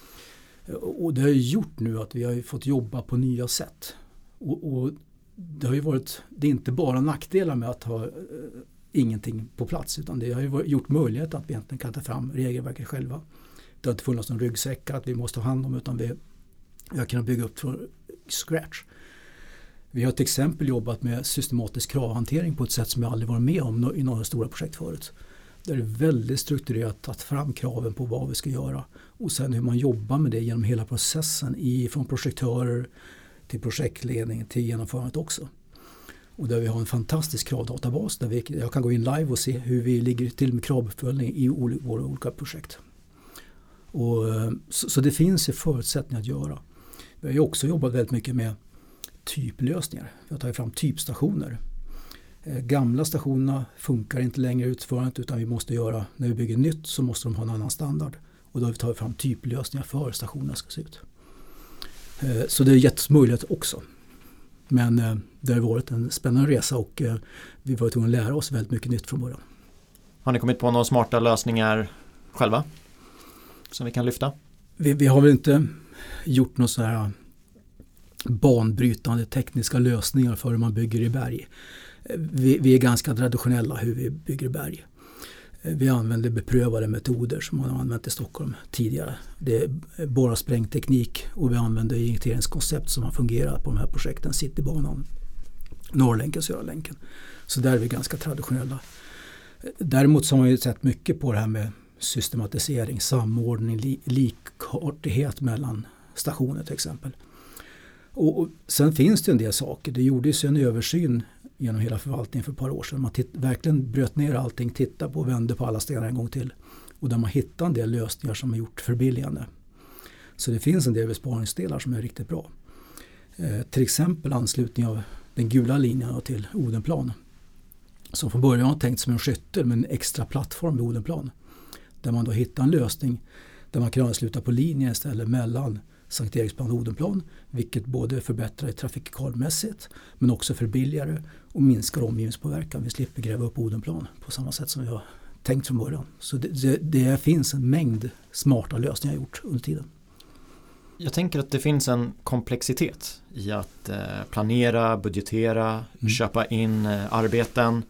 Och det har ju gjort nu att vi har fått jobba på nya sätt. Och, och det har ju varit, det är inte bara nackdelar med att ha eh, ingenting på plats, utan det har ju gjort möjlighet att vi egentligen kan ta fram regelverket själva. Det har inte funnits någon ryggsäckar att vi måste ha hand om, utan vi, vi har kunnat bygga upp från scratch. Vi har till exempel jobbat med systematisk kravhantering på ett sätt som jag aldrig varit med om i några stora projekt förut. Där det är väldigt strukturerat att ta fram kraven på vad vi ska göra och sen hur man jobbar med det genom hela processen i, från projektörer till projektledning till genomförandet också. Och där vi har en fantastisk kravdatabas där vi, jag kan gå in live och se hur vi ligger till med kravuppföljning i våra olika projekt. Och, så, så det finns ju förutsättningar att göra. Vi har ju också jobbat väldigt mycket med typlösningar. Vi har tagit fram typstationer. Gamla stationerna funkar inte längre utförandet utan vi måste göra, när vi bygger nytt så måste de ha en annan standard. Och då har vi tagit fram typlösningar för hur stationerna ska se ut. Så det är jättesmöjligt också. Men det har varit en spännande resa och vi var tvungna att lära oss väldigt mycket nytt från början. Har ni kommit på några smarta lösningar själva som vi kan lyfta? Vi, vi har väl inte gjort några så här banbrytande tekniska lösningar för hur man bygger i berg. Vi, vi är ganska traditionella hur vi bygger i berg. Vi använder beprövade metoder som man har använt i Stockholm tidigare. Det är borra sprängteknik och vi använder injekteringskoncept som har fungerat på de här projekten, Citybanan, Norrlänken, Söderlänken. Så där är vi ganska traditionella. Däremot så har man ju sett mycket på det här med systematisering, samordning, li, likartighet mellan stationer till exempel. Och, och sen finns det en del saker. Det gjordes ju en översyn genom hela förvaltningen för ett par år sedan. Man titt, verkligen bröt ner allting, tittade på och vände på alla stenar en gång till. Och där man hittade en del lösningar som har gjort förbilligande. Så det finns en del besparingsdelar som är riktigt bra. Eh, till exempel anslutning av den gula linjen till Odenplan. Som från början var tänkt som en skyttel med en extra plattform vid Odenplan. Där man då hittar en lösning där man kan ansluta på linjen istället mellan Sankt Eriksplan och Odenplan, vilket både förbättrar trafikalmässigt men också förbilligare och minskar omgivningspåverkan. Vi slipper gräva upp Odenplan på samma sätt som vi har tänkt från början. Så det, det, det finns en mängd smarta lösningar gjort under tiden. Jag tänker att det finns en komplexitet i att eh, planera, budgetera, mm. köpa in eh, arbeten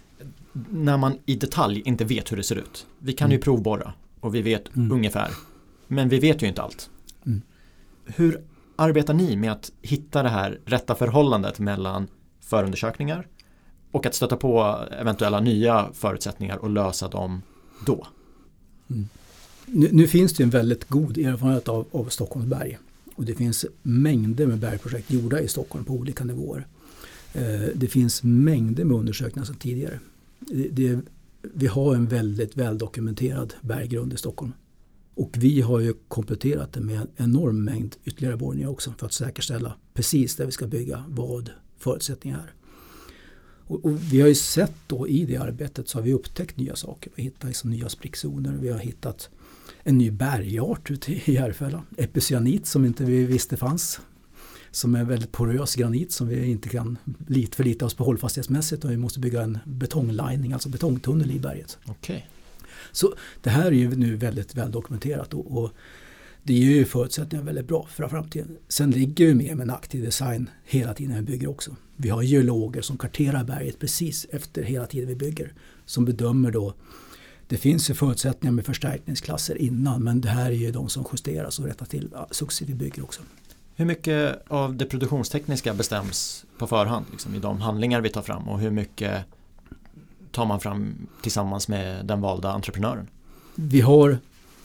när man i detalj inte vet hur det ser ut. Vi kan mm. ju provborra och vi vet mm. ungefär, men vi vet ju inte allt. Mm. Hur arbetar ni med att hitta det här rätta förhållandet mellan förundersökningar och att stöta på eventuella nya förutsättningar och lösa dem då? Mm. Nu, nu finns det en väldigt god erfarenhet av, av Stockholms berg. Och det finns mängder med bergprojekt gjorda i Stockholm på olika nivåer. Eh, det finns mängder med undersökningar sedan tidigare. Det, det, vi har en väldigt väldokumenterad berggrund i Stockholm. Och vi har ju kompletterat det med en enorm mängd ytterligare borrningar också för att säkerställa precis där vi ska bygga vad förutsättningar är. Och, och vi har ju sett då i det arbetet så har vi upptäckt nya saker. Vi har hittat liksom nya sprickzoner, vi har hittat en ny bergart ute i Järfälla. Epicyanit som inte vi visste fanns. Som är väldigt porös granit som vi inte kan lit förlita oss på hållfastighetsmässigt och vi måste bygga en betonglining, alltså betongtunnel i berget. Okej. Okay. Så det här är ju nu väldigt väl dokumenterat och, och det ger ju förutsättningar väldigt bra för framtiden. Sen ligger vi med med en aktiv design hela tiden när vi bygger också. Vi har geologer som karterar berget precis efter hela tiden vi bygger. Som bedömer då, det finns ju förutsättningar med förstärkningsklasser innan men det här är ju de som justeras och rättar till successivt vi bygger också. Hur mycket av det produktionstekniska bestäms på förhand liksom, i de handlingar vi tar fram och hur mycket tar man fram tillsammans med den valda entreprenören? Vi har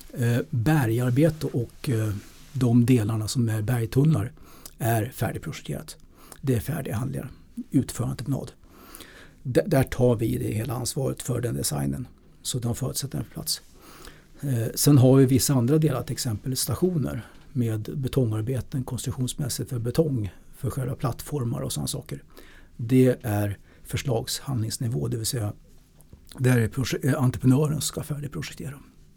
Eh, bergarbete och eh, de delarna som är bergtunnlar är färdigprojekterat. Det är färdiga handlingar, utförandepenad. D- där tar vi det hela ansvaret för den designen. Så de förutsätter en plats. Eh, sen har vi vissa andra delar, till exempel stationer med betongarbeten konstruktionsmässigt för betong, för själva plattformar och sådana saker. Det är förslagshandlingsnivå, det vill säga där är projek- entreprenören ska färdigprojektera.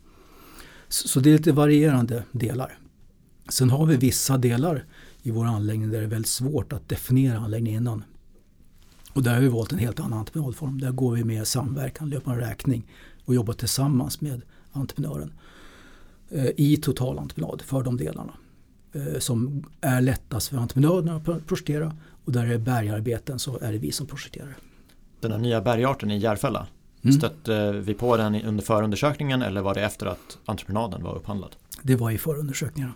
Så, så det är lite varierande delar. Sen har vi vissa delar i vår anläggning där det är väldigt svårt att definiera anläggningen innan. Och där har vi valt en helt annan entreprenadform. Där går vi med samverkan, löpande räkning och jobbar tillsammans med entreprenören eh, i totalentreprenad för de delarna eh, som är lättast för entreprenörerna att projektera, och där det är bergarbeten så är det vi som projekterar. Den här nya bergarten i Järfälla, mm. stötte vi på den under förundersökningen eller var det efter att entreprenaden var upphandlad? Det var i förundersökningarna.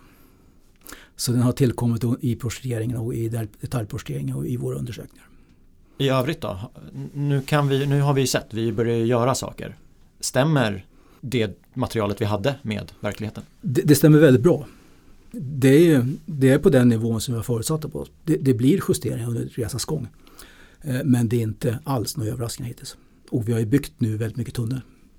Så den har tillkommit i projekteringen och i detaljprojekteringen och i våra undersökningar. I övrigt då? Nu, kan vi, nu har vi sett, vi börjar göra saker. Stämmer det materialet vi hade med verkligheten? Det, det stämmer väldigt bra. Det är, det är på den nivån som vi har förutsatt på. Det, det blir justeringar under resans gång. Eh, men det är inte alls några överraskningar hittills. Och vi har ju byggt nu väldigt mycket tunnel.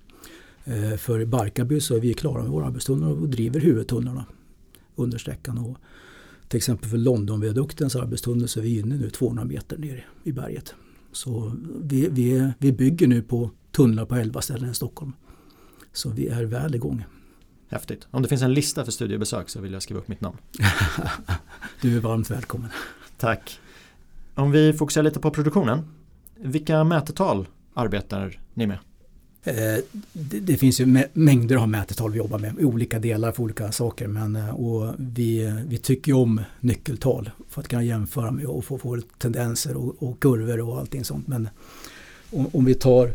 Eh, för Barkarby så är vi klara med våra arbetstunnlar och driver huvudtunnlarna under sträckan. Och till exempel för Londonviaduktens arbetstunnel så är vi inne nu tvåhundra meter ner i berget. Så vi, vi, vi bygger nu på tunnlar på elva ställen i Stockholm. Så vi är väl igång. Häftigt. Om det finns en lista för studiebesök så vill jag skriva upp mitt namn. Du är varmt välkommen. Tack. Om vi fokuserar lite på produktionen. Vilka mätetal arbetar ni med? Eh, det, det finns ju mä- mängder av mätetal vi jobbar med i olika delar för olika saker. Men, och vi, vi tycker ju om nyckeltal för att kunna jämföra med och få, få tendenser och, och kurvor och allting sånt. Men om, om vi tar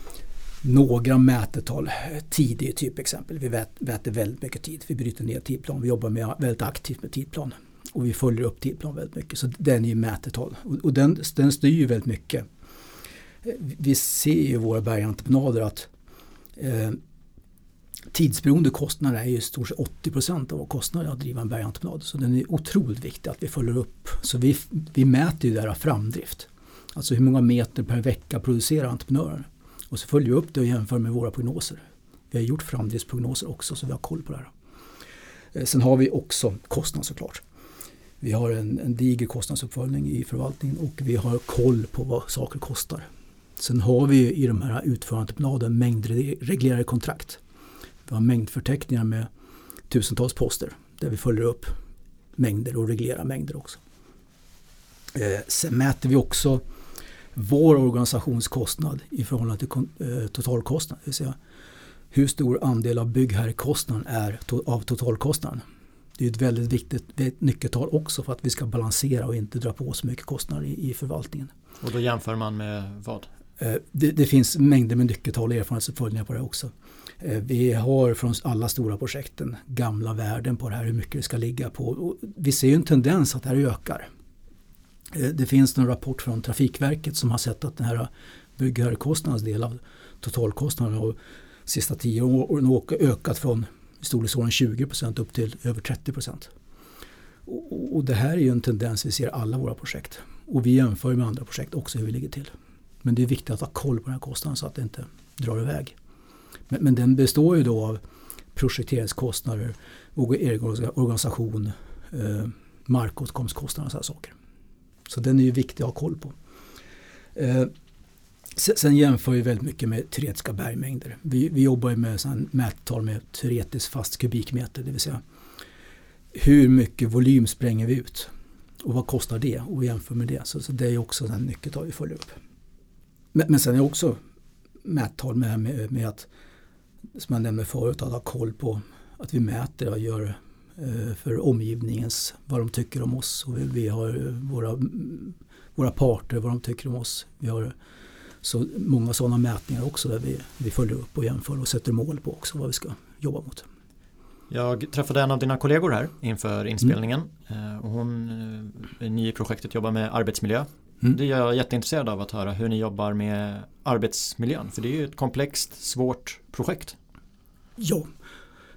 några mätetal, tid är typ exempel. Vi vät, mäter väldigt mycket tid. Vi bryter ner tidplan. Vi jobbar med, väldigt aktivt med tidplan. Och vi följer upp tidplan väldigt mycket. Så den är ju mätetal. Och, och den, den styr ju väldigt mycket. Vi ser ju i våra bergentreprenader att eh, tidsberoende kostnader är ju stort sett åttio procent av vår kostnader att driva en bergentreprenad. Så den är otroligt viktig att vi följer upp. Så vi, vi mäter ju där framdrift. Alltså hur många meter per vecka producerar entreprenören. Och så följer vi upp det och jämför med våra prognoser. Vi har gjort framdriftsprognoser också så vi har koll på det här. Eh, sen har vi också kostnad såklart. Vi har en, en diger kostnadsuppföljning i förvaltningen och vi har koll på vad saker kostar. Sen har vi i de här utförandetreprenaden mängdreglerade kontrakt. Vi har mängdförteckningar med tusentals poster där vi följer upp mängder och reglerar mängder också. Eh, sen mäter vi också vår organisationskostnad i förhållande till kon- eh, totalkostnad. Det vill säga hur stor andel av byggherrekostnaden är to- av totalkostnaden. Det är ett väldigt viktigt ett nyckeltal också för att vi ska balansera och inte dra på så mycket kostnader i, i förvaltningen. Och då jämför man med vad? Det, det finns mängder med nyckeltal och erfarenhetsuppföljningar på det också. Vi har från alla stora projekten gamla värden på det här, hur mycket det ska ligga på. Och vi ser ju en tendens att det här ökar. Det finns en rapport från Trafikverket som har sett att den här byggherrekostnadens del av totalkostnaden har sista tio åren ökat från i storleksordningen tjugo procent upp till över trettio procent. Och, och det här är ju en tendens vi ser i alla våra projekt. Och vi jämför med andra projekt också hur vi ligger till. Men det är viktigt att ha koll på den här kostnaden så att det inte drar iväg. Men, men den består ju då av projekteringskostnader, organisation, eh, markåtkomstkostnader och sådana saker. Så den är ju viktig att ha koll på. Eh, sen, sen jämför vi väldigt mycket med teoretiska bergmängder. Vi, vi jobbar ju med sån mättal med teoretisk fast kubikmeter, det vill säga hur mycket volym spränger vi ut och vad kostar det och jämför med det. Så, så det är också en nyckeltal vi följer upp. Men, men sen är också mättal med, med, med att, som jag nämnde förut, att ha koll på att vi mäter och gör eh, för omgivningens, vad de tycker om oss. Och vi, vi har våra, våra parter, vad de tycker om oss. Vi har så många sådana mätningar också där vi, vi följer upp och jämför och sätter mål på också vad vi ska jobba mot. Jag träffade en av dina kollegor här inför inspelningen. Mm. Och hon är ny i projektet, jobbar med arbetsmiljö. Mm. Det är jag jätteintresserad av att höra hur ni jobbar med arbetsmiljön. För det är ju ett komplext, svårt projekt. Ja,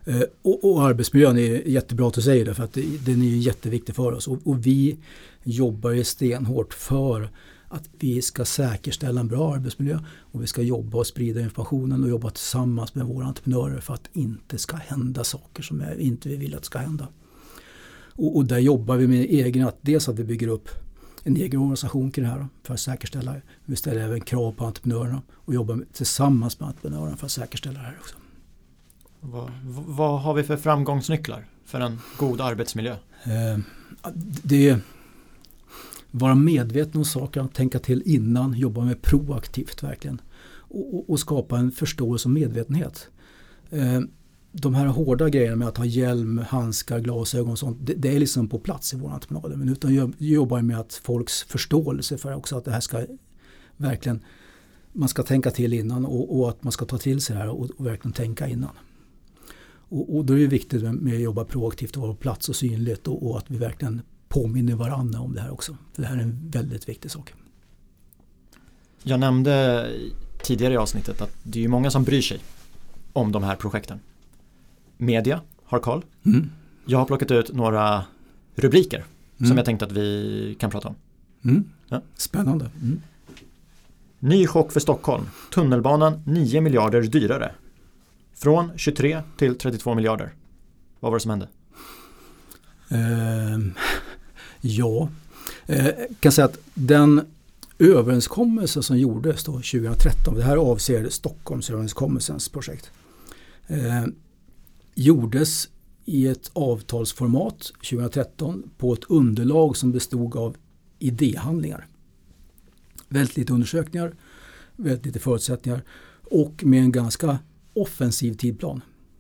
Eh, och, och arbetsmiljön är jättebra att du säger det, för att det, den är ju jätteviktig för oss. Och, och vi jobbar ju stenhårt för att vi ska säkerställa en bra arbetsmiljö, och vi ska jobba och sprida informationen och jobba tillsammans med våra entreprenörer för att det inte ska hända saker som är, inte vi vill att ska hända. Och, och där jobbar vi med egen, att dels att vi bygger upp en egen organisation kring det här för att säkerställa. Vi ställer även krav på entreprenörerna och jobbar med, tillsammans med entreprenörerna för att säkerställa det här också. Vad, vad har vi för framgångsnycklar för en god arbetsmiljö? Eh, det är vara medveten om saker, att tänka till innan, jobba med proaktivt verkligen. Och, och, och skapa en förståelse och medvetenhet. Eh, de här hårda grejerna med att ha hjälm, handskar, glasögon och sånt, det, det är liksom på plats i våra entreprenader. Men utan jag jobbar med att folks förståelse för också att det här ska verkligen, man ska tänka till innan, och, och att man ska ta till sig det här och, och verkligen tänka innan. Och, och då är det viktigt med, med att jobba proaktivt och vara på plats och synligt, och, och att vi verkligen påminner varandra om det här också. För det här är en väldigt viktig sak. Jag nämnde tidigare i avsnittet att det är många som bryr sig om de här projekten. Media har koll. Mm. Jag har plockat ut några rubriker mm. som jag tänkte att vi kan prata om. Mm. Ja. Spännande. Mm. Ny chock för Stockholm. Tunnelbanan nio miljarder dyrare. Från tjugotre till trettiotvå miljarder. Vad var det som hände? Uh, ja, uh, kan säga att den överenskommelse som gjordes då tjugohundratretton, det här avser Stockholmsöverenskommelsens projekt, uh, gjordes i ett avtalsformat tjugohundratretton på ett underlag som bestod av idéhandlingar. Väldigt lite undersökningar, väldigt lite förutsättningar och med en ganska offensiv tidplan.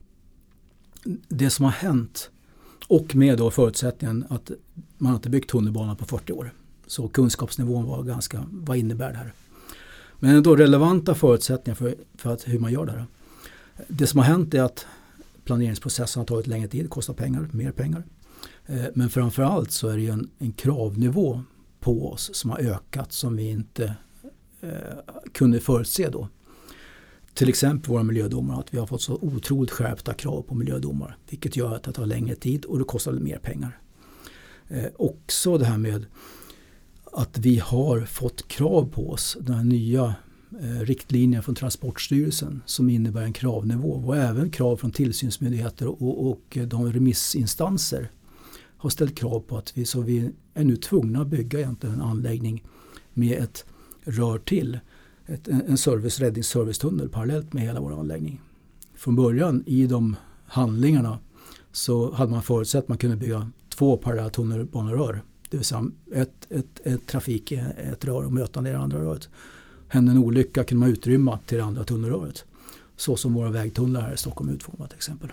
Det som har hänt, och med då förutsättningen att man inte byggt tunnelbanan på fyrtio år. Så kunskapsnivån var ganska, vad innebär det här? Men ändå relevanta förutsättningar för, för att, hur man gör det här. Det som har hänt är att planeringsprocessen har tagit längre tid, kostar pengar, mer pengar. Men framförallt så är det ju en, en kravnivå på oss som har ökat som vi inte eh, kunde förutse då. Till exempel våra miljödomar, att vi har fått så otroligt skärpta krav på miljödomar, vilket gör att det tar längre tid och det kostar mer pengar. Eh, också det här med att vi har fått krav på oss, den här nya eh, riktlinjen från Transportstyrelsen som innebär en kravnivå, och även krav från tillsynsmyndigheter och, och de remissinstanser har ställt krav på att vi, så vi är nu tvungna att bygga egentligen en anläggning med ett rör till. Ett, en service, räddningsservicetunnel parallellt med hela vår anläggning. Från början i de handlingarna så hade man förutsett att man kunde bygga två parallella tunnelbanerör. Det vill säga ett, ett, ett trafik i ett rör och mötande i det andra röret. Hände en olycka kunde man utrymma till det andra tunnelröret. Så som våra vägtunnlar här i Stockholm är utformat till exempel.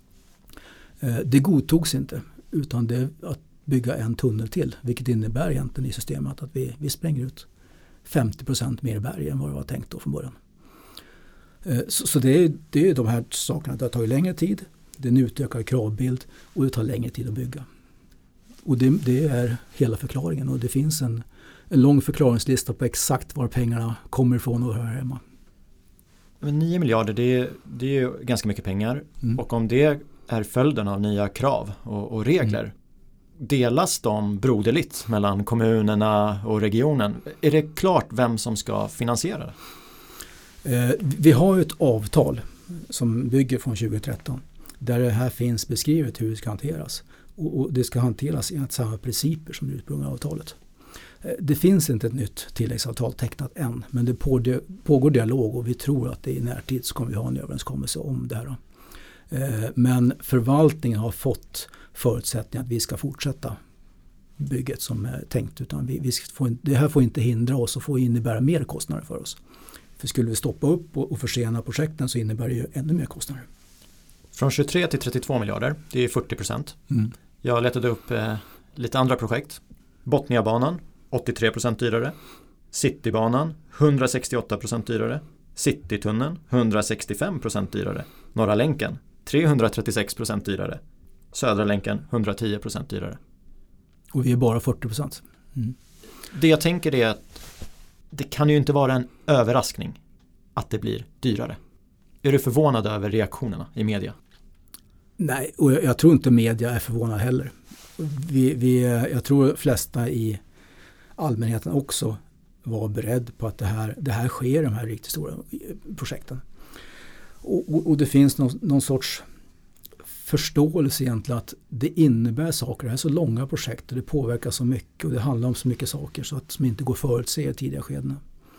Det godtogs inte, utan det är att bygga en tunnel till. Vilket innebär egentligen i systemet att vi, vi spränger ut femtio procent mer berg än vad det var tänkt då från början. Så, så det, är, det är de här sakerna. Det har tagit längre tid, det är en utökad kravbild och det tar längre tid att bygga. Och det, det är hela förklaringen, och det finns en, en lång förklaringslista på exakt var pengarna kommer ifrån och hör hemma. Men nio miljarder, det är, det är ju ganska mycket pengar. Mm. Och om det är följden av nya krav och, och regler, mm. delas de broderligt mellan kommunerna och regionen? Är det klart vem som ska finansiera det? Eh, vi har ju ett avtal som bygger från tjugohundratretton där det här finns beskrivet hur det ska hanteras. Och, och det ska hanteras enligt samma principer som det ursprungliga avtalet. Eh, det finns inte ett nytt tilläggsavtal tecknat än, men det pågår, pågår dialog och vi tror att det i närtid så kommer vi ha en överenskommelse om det här. Eh, men förvaltningen har fått förutsättningar att vi ska fortsätta bygget som är tänkt, utan vi, vi får, det här får inte hindra oss och får innebära mer kostnader för oss. För skulle vi stoppa upp och, och försena projekten så innebär det ju ännu mer kostnader. Från tjugotre till trettiotvå miljarder, det är fyrtio procent. Mm. Jag letade upp eh, lite andra projekt. Botniabanan, åttiotre procent dyrare. Citybanan, hundrasextioåtta procent dyrare. Citytunneln, hundrasextiofem procent dyrare. Norra länken, trehundratrettiosex procent dyrare. Södra länken, hundratio procent dyrare. Och vi är bara fyrtio procent. Mm. Det jag tänker är att det kan ju inte vara en överraskning att det blir dyrare. Är du förvånad över reaktionerna i media? Nej, och jag, jag tror inte media är förvånad heller. Vi, vi, jag tror flesta i allmänheten också var beredd på att det här, det här sker, de här riktigt stora projekten. Och, och, och det finns någon, någon sorts förståelse egentligen att det innebär saker. Det här är så långa projekt och det påverkar så mycket och det handlar om så mycket saker så att som inte går att förutse i tidiga skeden.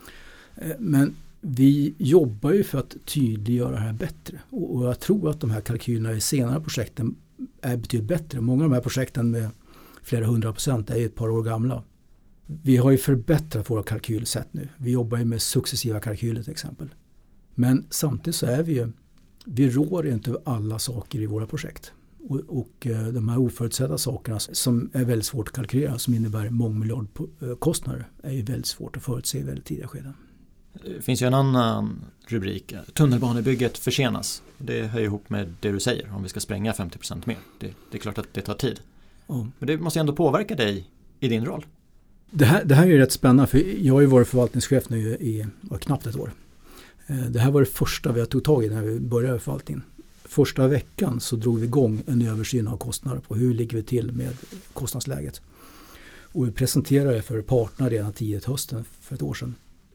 Men vi jobbar ju för att tydliggöra det här bättre. Och, och jag tror att de här kalkylerna i senare projekten är betydligt bättre. Många av de här projekten med flera hundra procent är ju ett par år gamla. Vi har ju förbättrat våra kalkylsätt nu. Vi jobbar ju med successiva kalkyler till exempel. Men samtidigt så är vi ju, vi rår inte över alla saker i våra projekt. Och, och de här oförutsedda sakerna som är väldigt svårt att kalkylera, som innebär mångmiljardkostnader, är ju väldigt svårt att förutse i väldigt tidiga skeden. Det finns ju en annan rubrik. Tunnelbanebygget försenas. Det hör ihop med det du säger, om vi ska spränga femtio procent mer. Det, det är klart att det tar tid. Oh. Men det måste ändå påverka dig i din roll. Det här, det här är ju rätt spännande, för jag har ju varit förvaltningschef nu i var knappt ett år. Det här var det första vi tog tag i när vi började förvaltningen. Första veckan så drog vi igång en översyn av kostnader på hur ligger vi till med kostnadsläget. Och vi presenterade det för parterna redan tidigt hösten för ett år sedan.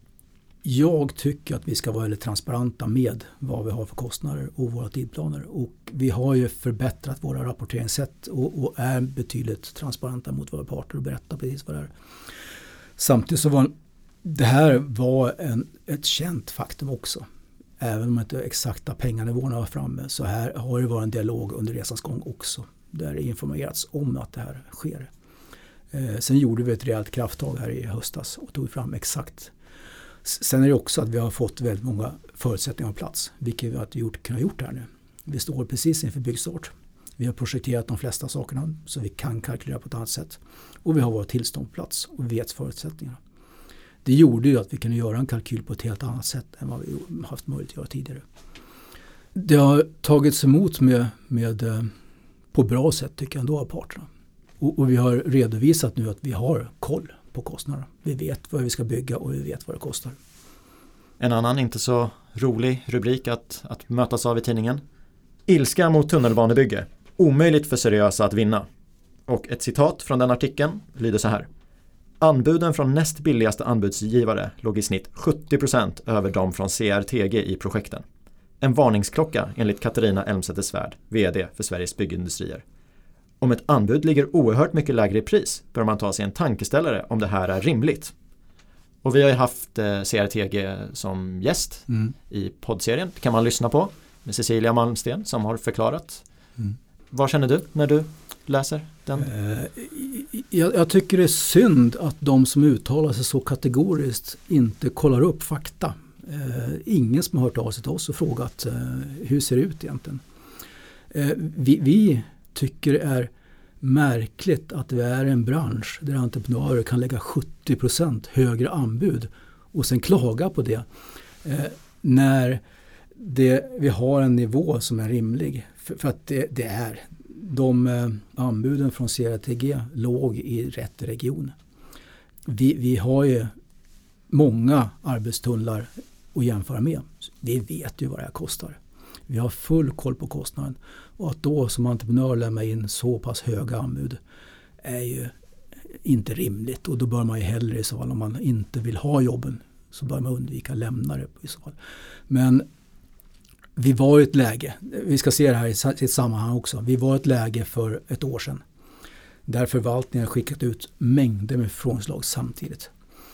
Jag tycker att vi ska vara väldigt transparenta med vad vi har för kostnader och våra tidplaner. Och vi har ju förbättrat våra rapporteringssätt och, och är betydligt transparenta mot våra parter och berättar precis vad det är. Samtidigt så var det här var en, ett känt faktum också. Även om inte exakta penganivåerna var framme, så här har det varit en dialog under resans gång också. Där det informerats om att det här sker. Eh, sen gjorde vi ett rejält krafttag här i höstas och tog fram exakt. Sen är det också att vi har fått väldigt många förutsättningar på plats, vilket vi har gjort, kunnat gjort här nu. Vi står precis inför byggstart. Vi har projekterat de flesta sakerna så vi kan kalkylera på ett annat sätt. Och vi har våra tillstånd på plats och vet förutsättningarna. Det gjorde ju att vi kunde göra en kalkyl på ett helt annat sätt än vad vi haft möjlighet att göra tidigare. Det har tagits emot med, med, på bra sätt tycker jag ändå av parterna. Och, och vi har redovisat nu att vi har koll på kostnader. Vi vet vad vi ska bygga och vi vet vad det kostar. En annan inte så rolig rubrik att, att mötas av i tidningen. Ilska mot tunnelbanebygge. Omöjligt för seriösa att vinna. Och ett citat från den artikeln lyder så här. Anbuden från näst billigaste anbudsgivare låg i snitt sjuttio procent över dem från C R T G i projekten. En varningsklocka enligt Katarina Elmsäter-Svärd, vd för Sveriges byggindustrier. Om ett anbud ligger oerhört mycket lägre i pris bör man ta sig en tankeställare om det här är rimligt. Och vi har ju haft eh, C R T G som gäst mm. i poddserien. Det kan man lyssna på med Cecilia Malmsten som har förklarat. Mm. Vad känner du när du läser den? Eh, jag, jag tycker det är synd att de som uttalar sig så kategoriskt inte kollar upp fakta. Eh, ingen som har hört av sig till oss och frågat eh, hur ser det ut egentligen. Eh, vi, vi tycker det är märkligt att vi är en bransch där entreprenörer kan lägga sjuttio procent högre anbud och sen klaga på det eh, när det, vi har en nivå som är rimlig. För, för att det, det är de eh, anbuden från C R T G låg i rätt region. Vi, vi har ju många arbetstunnlar att jämföra med. Vi vet ju vad det här kostar. Vi har full koll på kostnaden. Och att då som entreprenör lämna in så pass höga anbud är ju inte rimligt. Och då bör man ju hellre i så fall, om man inte vill ha jobben, så bör man undvika att lämna det i så fall. Men vi var i ett läge, vi ska se det här i sitt sammanhang också. Vi var i ett läge för ett år sedan där förvaltningen skickat ut mängder med förfrågningsslag samtidigt.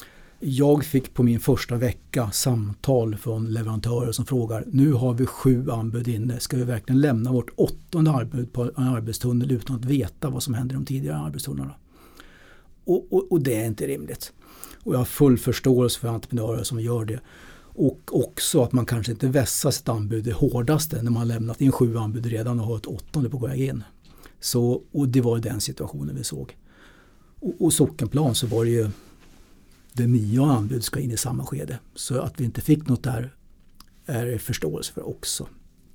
Jag fick på min första vecka samtal från leverantörer som frågar, nu har vi sju anbud inne, ska vi verkligen lämna vårt åttonde anbud på en arbetstunnel utan att veta vad som händer i de tidigare arbetstunnlarna? Och, och, och det är inte rimligt. Och jag har full förståelse för entreprenörer som gör det. Och också att man kanske inte vässar sitt anbud det hårdaste när man har lämnat in sju anbud redan och har ett åttonde på väg in. Så, och det var den situationen vi såg. Och, och sockenplan så var det ju det nio anbud ska in i samma skede. Så att vi inte fick något där är det förståelse för också.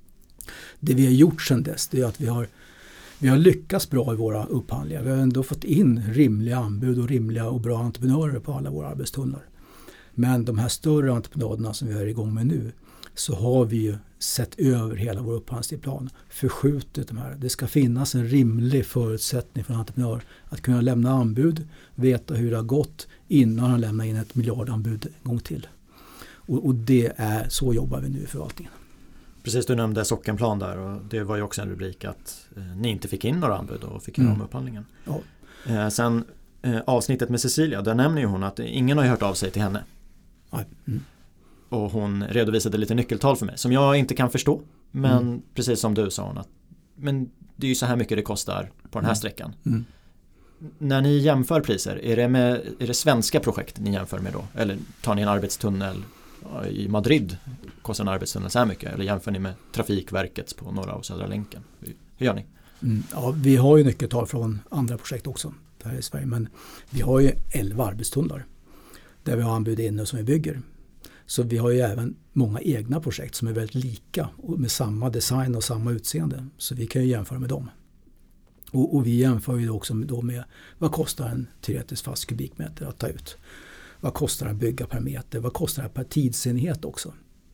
Det vi har gjort sedan dess, det är att vi har, vi har lyckats bra i våra upphandlingar. Vi har ändå fått in rimliga anbud och rimliga och bra entreprenörer på alla våra arbetstunnlar. Men de här större entreprenaderna som vi är igång med nu, så har vi ju sett över hela vår upphandlingsplan, förskjutit de här. Det ska finnas en rimlig förutsättning för en entreprenör att kunna lämna anbud, veta hur det har gått innan han lämnar in ett miljardanbud en gång till. Och, och det är, så jobbar vi nu i förvaltningen. Precis, du nämnde sockenplan där och det var ju också en rubrik att eh, ni inte fick in några anbud och fick göra mm. om upphandlingen. Ja. Eh, sen eh, avsnittet med Cecilia, där nämner ju hon att ingen har hört av sig till henne. Ja. Mm. Och hon redovisade lite nyckeltal för mig som jag inte kan förstå. Men mm. precis som du sa hon att men det är ju så här mycket det kostar på den här mm. sträckan. Mm. När ni jämför priser, är det, med, är det svenska projekt ni jämför med då? Eller tar ni en arbetstunnel i Madrid, kostar en arbetstunnel så här mycket? Eller jämför ni med Trafikverkets på Norra och Södra länken? Hur gör ni? Mm. Ja, vi har ju nyckeltal från andra projekt också här i Sverige. Men vi har ju elva arbetstunnlar där vi har anbud inne som vi bygger. Så vi har ju även många egna projekt som är väldigt lika och med samma design och samma utseende. Så vi kan ju jämföra med dem. Och, och vi jämför ju också då med vad kostar en teoretisk fast kubikmeter att ta ut. Vad kostar det att bygga per meter? Vad kostar det per tidsenhet också?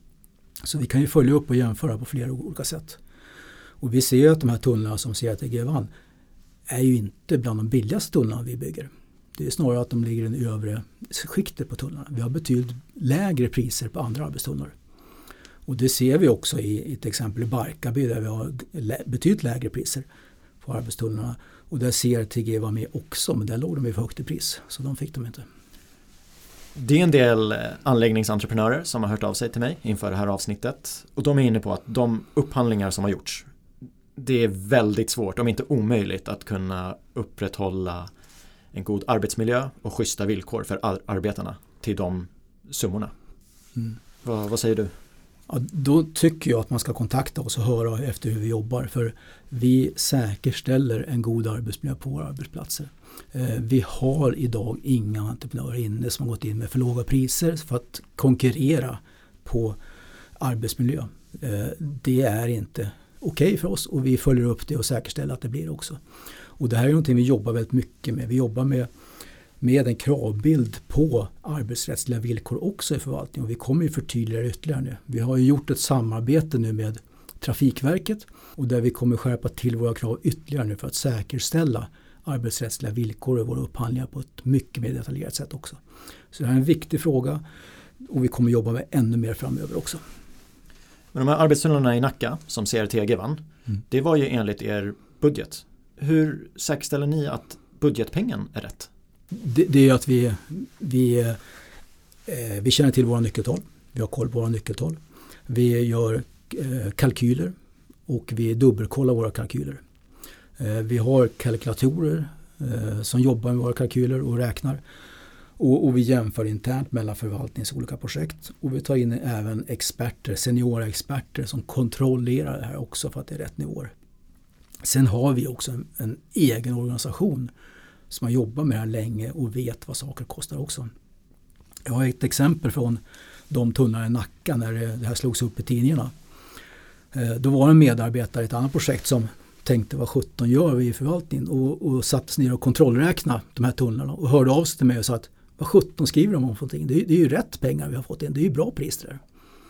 Så vi kan ju följa upp och jämföra på flera olika sätt. Och vi ser att de här tunnlarna som C R T G vann är ju inte bland de billigaste tunnlarna vi bygger. Det är snarare att de ligger i den övre skiktet på tunnlarna. Vi har betydligt lägre priser på andra arbetstunnlar. Och det ser vi också i, i ett exempel i Barkarby där vi har lä- betydligt lägre priser på arbetstunnlarna. Och där C R T G var med också, men där låg de i för högt i pris. Så de fick de inte. Det är en del anläggningsentreprenörer som har hört av sig till mig inför det här avsnittet. Och de är inne på att de upphandlingar som har gjorts, det är väldigt svårt, om inte omöjligt, att kunna upprätthålla en god arbetsmiljö och schyssta villkor för ar- arbetarna till de summorna. Mm. Vad, vad säger du? Ja, då tycker jag att man ska kontakta oss och höra efter hur vi jobbar. För vi säkerställer en god arbetsmiljö på våra arbetsplatser. Eh, vi har idag inga entreprenörer inne som har gått in med för låga priser för att konkurrera på arbetsmiljö. Eh, det är inte okej okay för oss och vi följer upp det och säkerställer att det blir också. Och det här är någonting vi jobbar väldigt mycket med. Vi jobbar med, med en kravbild på arbetsrättsliga villkor också i förvaltningen. Och vi kommer ju förtydliga det ytterligare nu. Vi har ju gjort ett samarbete nu med Trafikverket och där vi kommer skärpa till våra krav ytterligare nu för att säkerställa arbetsrättsliga villkor i våra upphandlingar på ett mycket mer detaljerat sätt också. Så det här är en viktig fråga och vi kommer jobba med ännu mer framöver också. Men de här arbetstunnlarna i Nacka som C R T G vann, mm. det var ju enligt er budget. Hur säkerställer ni att budgetpengen är rätt? Det, det är att vi, vi, eh, vi känner till våra nyckeltal. Vi har koll på våra nyckeltal. Vi gör eh, kalkyler och vi dubbelkollar våra kalkyler. Eh, vi har kalkylatorer eh, som jobbar med våra kalkyler och räknar. Och, och vi jämför internt mellan förvaltnings olika projekt. Och vi tar in även experter, seniora experter som kontrollerar det här också för att det är rätt nivåer. Sen har vi också en, en egen organisation som har jobbat med det här länge och vet vad saker kostar också. Jag har ett exempel från de tunnlarna i Nacka när det, det här slogs upp i tidningarna. Eh, då var en medarbetare i ett annat projekt som tänkte vad sjutton gör vi i förvaltningen och, och satte sig ner och kontrollräknade de här tunnlarna och hörde av sig till mig och sa att vad sjutton skriver de om någonting? Det är, det är ju rätt pengar vi har fått in, det är ju bra priser där.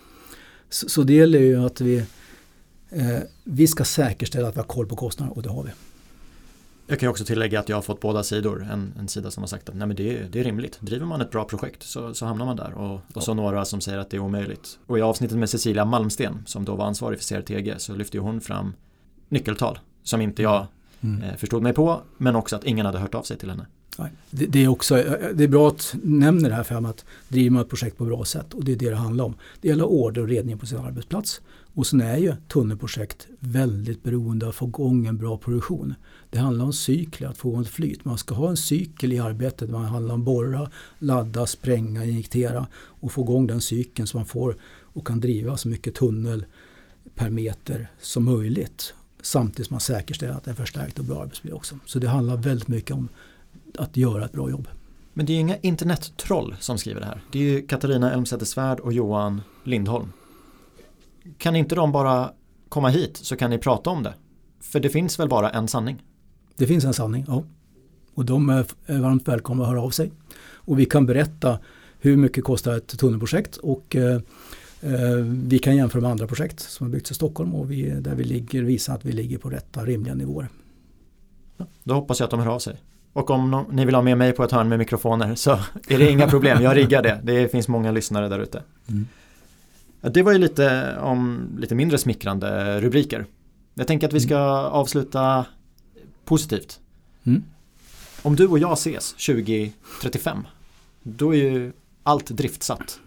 Så, så det gäller ju att vi Eh, vi ska säkerställa att vi har koll på kostnaderna och det har vi. Jag kan också tillägga att jag har fått båda sidor. En, en sida som har sagt att nej, men det, är, det är rimligt. Driver man ett bra projekt så, så hamnar man där. Och, och ja. Så några som säger att det är omöjligt. Och i avsnittet med Cecilia Malmsten som då var ansvarig för C R T G så lyfte hon fram nyckeltal som inte jag mm. eh, förstod mig på men också att ingen hade hört av sig till henne. Nej. Det, det, är också, det är bra att nämna det här för att driva man ett projekt på bra sätt och det är det det handlar om. Det gäller order och redning på sin arbetsplats. Och sen är ju tunnelprojekt väldigt beroende av att få igång en bra produktion. Det handlar om cykler, att få igång ett flyt. Man ska ha en cykel i arbetet. Man handlar om borra, ladda, spränga, injektera och få igång den cykeln så man får och kan driva så mycket tunnel per meter som möjligt. Samtidigt som man säkerställer att det är förstärkt och bra arbetsmiljö också. Så det handlar väldigt mycket om att göra ett bra jobb. Men det är ju inga internettroll som skriver det här. Det är ju Katarina Elmsäter-Svärd och Johan Lindholm. Kan inte de bara komma hit så kan ni prata om det? För det finns väl bara en sanning? Det finns en sanning, ja. Och de är varmt välkomna att höra av sig. Och vi kan berätta hur mycket kostar ett tunnelprojekt och eh, Vi kan jämföra med andra projekt som har byggts i Stockholm och vi, där vi ligger, visar att vi ligger på rätta rimliga nivåer. Då hoppas jag att de hör av sig. Och om no- ni vill ha med mig på ett hörn med mikrofoner så är det inga problem. Jag riggar det. Det finns många lyssnare där ute. Mm. Det var ju lite om lite mindre smickrande rubriker. Jag tänker att vi ska avsluta positivt. Mm. Om du och jag ses tjugo trettiofem, då är ju allt driftsatt.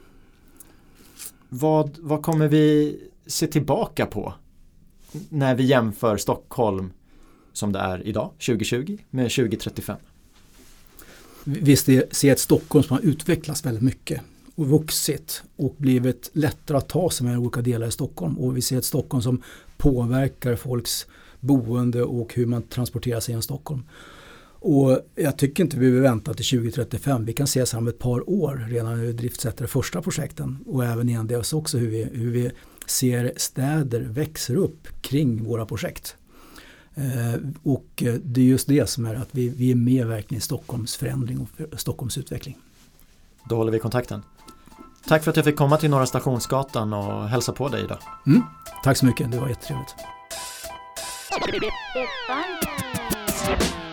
Vad, vad kommer vi se tillbaka på när vi jämför Stockholm som det är idag, tjugo tjugo, med tjugo trettiofem? Vi ser ett Stockholm som har utvecklats väldigt mycket och vuxit och blivit lättare att ta sig med olika delar i Stockholm. Och vi ser ett Stockholm som påverkar folks boende och hur man transporterar sig i Stockholm. Och jag tycker inte vi behöver vänta till tjugo trettiofem. Vi kan se så här om ett par år redan när vi driftsätter de första projekten. Och även igen det också hur vi, hur vi ser städer växer upp kring våra projekt. Eh, och det är just det som är att vi, vi är med verkligen i Stockholms förändring och Stockholms utveckling. Då håller vi kontakten. Tack för att jag fick komma till Norra Stationsgatan och hälsa på dig idag. Mm, tack så mycket, det var jättetrevligt.